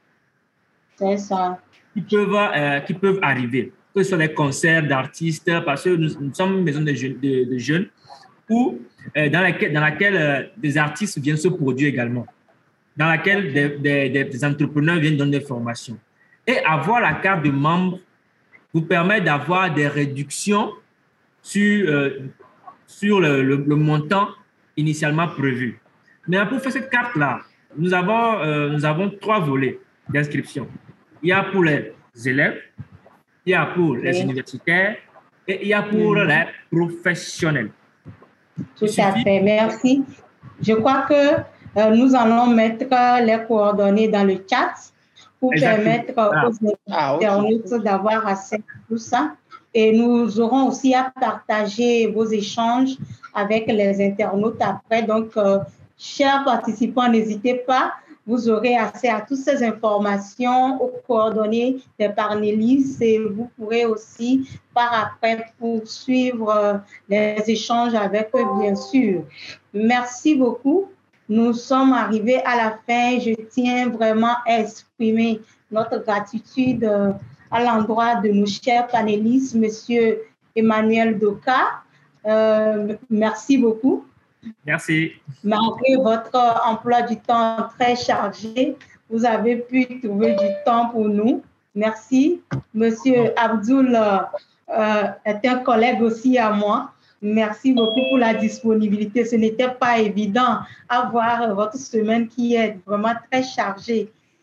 qui peuvent arriver, que ce soit des concerts d'artistes, parce que nous sommes une maison de jeunes ou dans laquelle des artistes viennent se produire également, dans laquelle des entrepreneurs viennent donner des formations. Et avoir la carte de membre vous permet d'avoir des réductions sur le montant initialement prévu. Mais pour faire cette carte-là, nous avons 3 volets d'inscription. Il y a pour les élèves, il y a pour les universitaires et il y a pour les professionnels. Tout à fait, merci. Je crois que nous allons mettre les coordonnées dans le chat pour permettre aux internautes d'avoir accès à tout ça. Et nous aurons aussi à partager vos échanges avec les internautes après. Donc, chers participants, n'hésitez pas. Vous aurez accès à toutes ces informations, aux coordonnées des panélistes et vous pourrez aussi, par après, poursuivre les échanges avec eux, bien sûr. Merci beaucoup. Nous sommes arrivés à la fin. Je tiens vraiment à exprimer notre gratitude à l'endroit de nos chers panélistes, Monsieur Emmanuel Doka. Merci beaucoup. Merci. Malgré votre emploi du temps très chargé, vous avez pu trouver du temps pour nous. Merci. Monsieur Abdoul est un collègue aussi à moi. Merci beaucoup pour la disponibilité. Ce n'était pas évident à voir votre semaine qui est vraiment très chargée.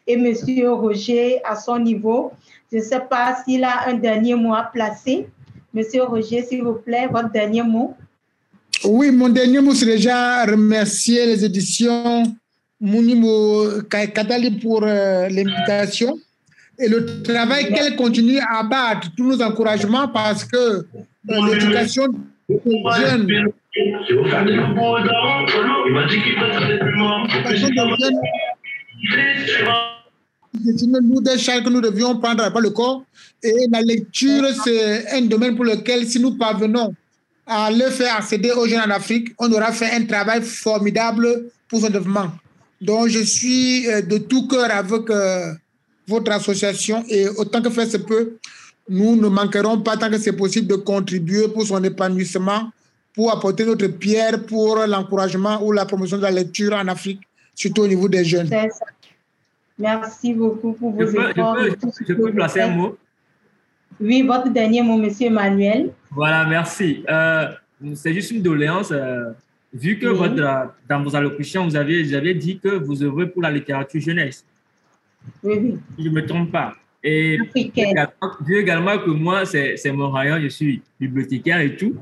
Et Monsieur Roger, à son niveau, je ne sais pas s'il a un dernier mot à placer. Monsieur Roger, s'il vous plaît, votre dernier mot. Oui, mon dernier mot, c'est déjà remercier les éditions Mounimo Kadali pour l'invitation et le travail qu'elle continue à abattre, tous nos encouragements, parce que l'éducation des jeunes, nous des charges que nous devions prendre par le corps, et la lecture, c'est un domaine pour lequel, si nous parvenons à le faire accéder aux jeunes en Afrique, on aura fait un travail formidable pour son développement. Donc, je suis de tout cœur avec votre association, et autant que faire se peut, nous ne manquerons pas, tant que c'est possible, de contribuer pour son épanouissement, pour apporter notre pierre pour l'encouragement ou la promotion de la lecture en Afrique, surtout au niveau des jeunes. C'est ça. Merci beaucoup pour vos efforts. Je peux placer un mot? Oui, votre dernier mot, Monsieur Emmanuel. Voilà, merci. C'est juste une doléance. Vu que dans vos allocutions, vous avez dit que vous œuvrez pour la littérature jeunesse. Oui, oui. Je ne me trompe pas. Et vu également que moi, c'est mon rayon, je suis bibliothécaire et tout,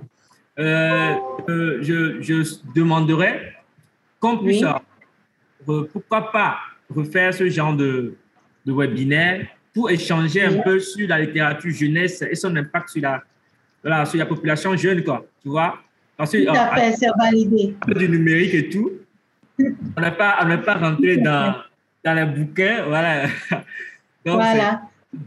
je demanderais qu'on puisse, pourquoi pas, refaire ce genre de webinaire pour échanger un peu sur la littérature jeunesse et son impact sur la population jeune, quoi, tu vois. Parce que, tout à fait, c'est validé. Du numérique et tout, on n'est pas rentré dans les bouquins, voilà. Donc, voilà.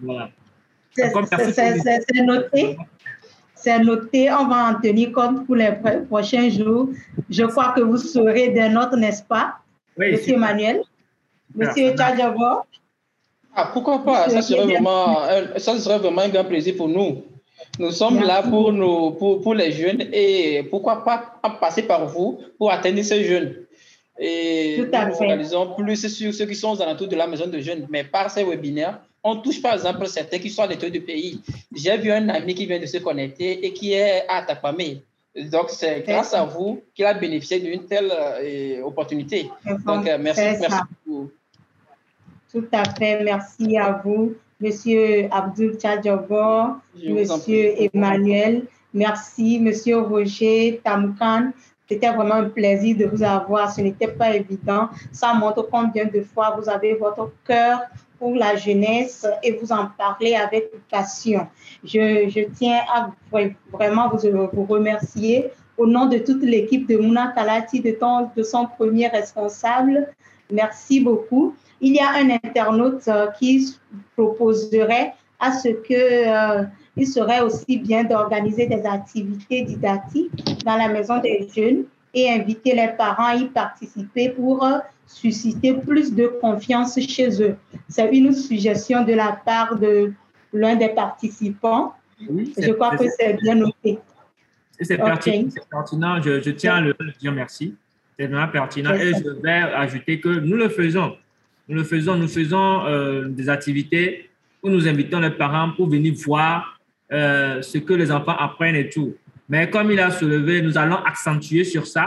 C'est noté. C'est noté, on va en tenir compte pour les prochains jours. Je crois que vous serez des nôtres, n'est-ce pas, oui, Monsieur Emmanuel? Monsieur Tchadjabo? Pourquoi pas? Ça serait vraiment un grand plaisir pour nous. Nous sommes là pour les jeunes et pourquoi pas passer par vous pour atteindre ces jeunes. Et nous réalisons plus sur ceux qui sont aux alentours de la maison de jeunes, mais par ces webinaires, on touche par exemple certains qui sont à l'état du pays. J'ai vu un ami qui vient de se connecter et qui est à Tapamé. Donc, c'est grâce à vous qu'il a bénéficié d'une telle opportunité. Donc, merci beaucoup. Tout à fait, merci à vous, Monsieur Abdul Tchadjabo, Monsieur Emmanuel, merci, Monsieur Roger Tamoukan. C'était vraiment un plaisir de vous avoir, ce n'était pas évident. Ça montre combien de fois vous avez votre cœur pour la jeunesse et vous en parlez avec passion. Je tiens à vraiment vous remercier au nom de toute l'équipe de Mouna Kalati, de son premier responsable. Merci beaucoup. Il y a un internaute qui proposerait à ce que il serait aussi bien d'organiser des activités didactiques dans la maison des jeunes et inviter les parents à y participer pour susciter plus de confiance chez eux. C'est une suggestion de la part de l'un des participants. Oui, je crois que c'est bien noté. C'est pertinent. Je tiens à le dire merci. C'est vraiment pertinent. Et je vais ajouter que nous le faisons. Nous faisons des activités où nous invitons les parents pour venir voir ce que les enfants apprennent et tout. Mais comme il a soulevé, nous allons accentuer sur ça.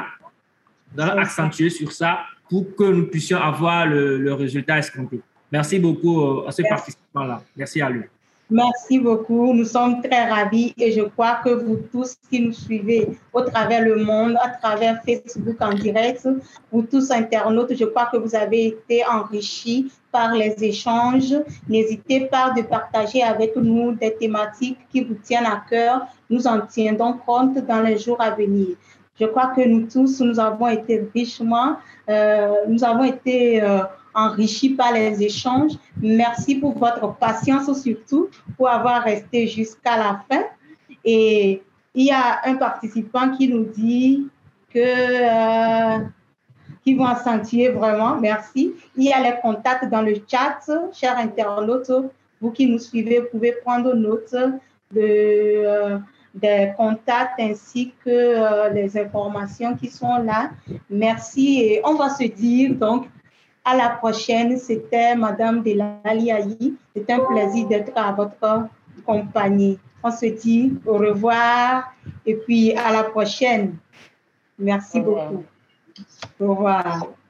Pour que nous puissions avoir le résultat escompté. Merci beaucoup à ce participant-là. Merci à lui. Merci beaucoup. Nous sommes très ravis et je crois que vous tous qui nous suivez au travers le monde, à travers Facebook en direct, vous tous internautes, je crois que vous avez été enrichis par les échanges. N'hésitez pas de partager avec nous des thématiques qui vous tiennent à cœur. Nous en tiendrons compte dans les jours à venir. Je crois que nous tous, nous avons été richement, enrichis par les échanges. Merci pour votre patience surtout, pour avoir resté jusqu'à la fin. Et il y a un participant qui nous dit que qu'ils vont accentuer vraiment. Merci. Il y a les contacts dans le chat, chers internautes. Vous qui nous suivez, vous pouvez prendre note des contacts ainsi que les informations qui sont là. Merci. Et on va se dire donc à la prochaine. C'était Madame Delali Ayi. C'est un plaisir d'être à votre compagnie. On se dit au revoir et puis à la prochaine. Merci beaucoup. Au revoir.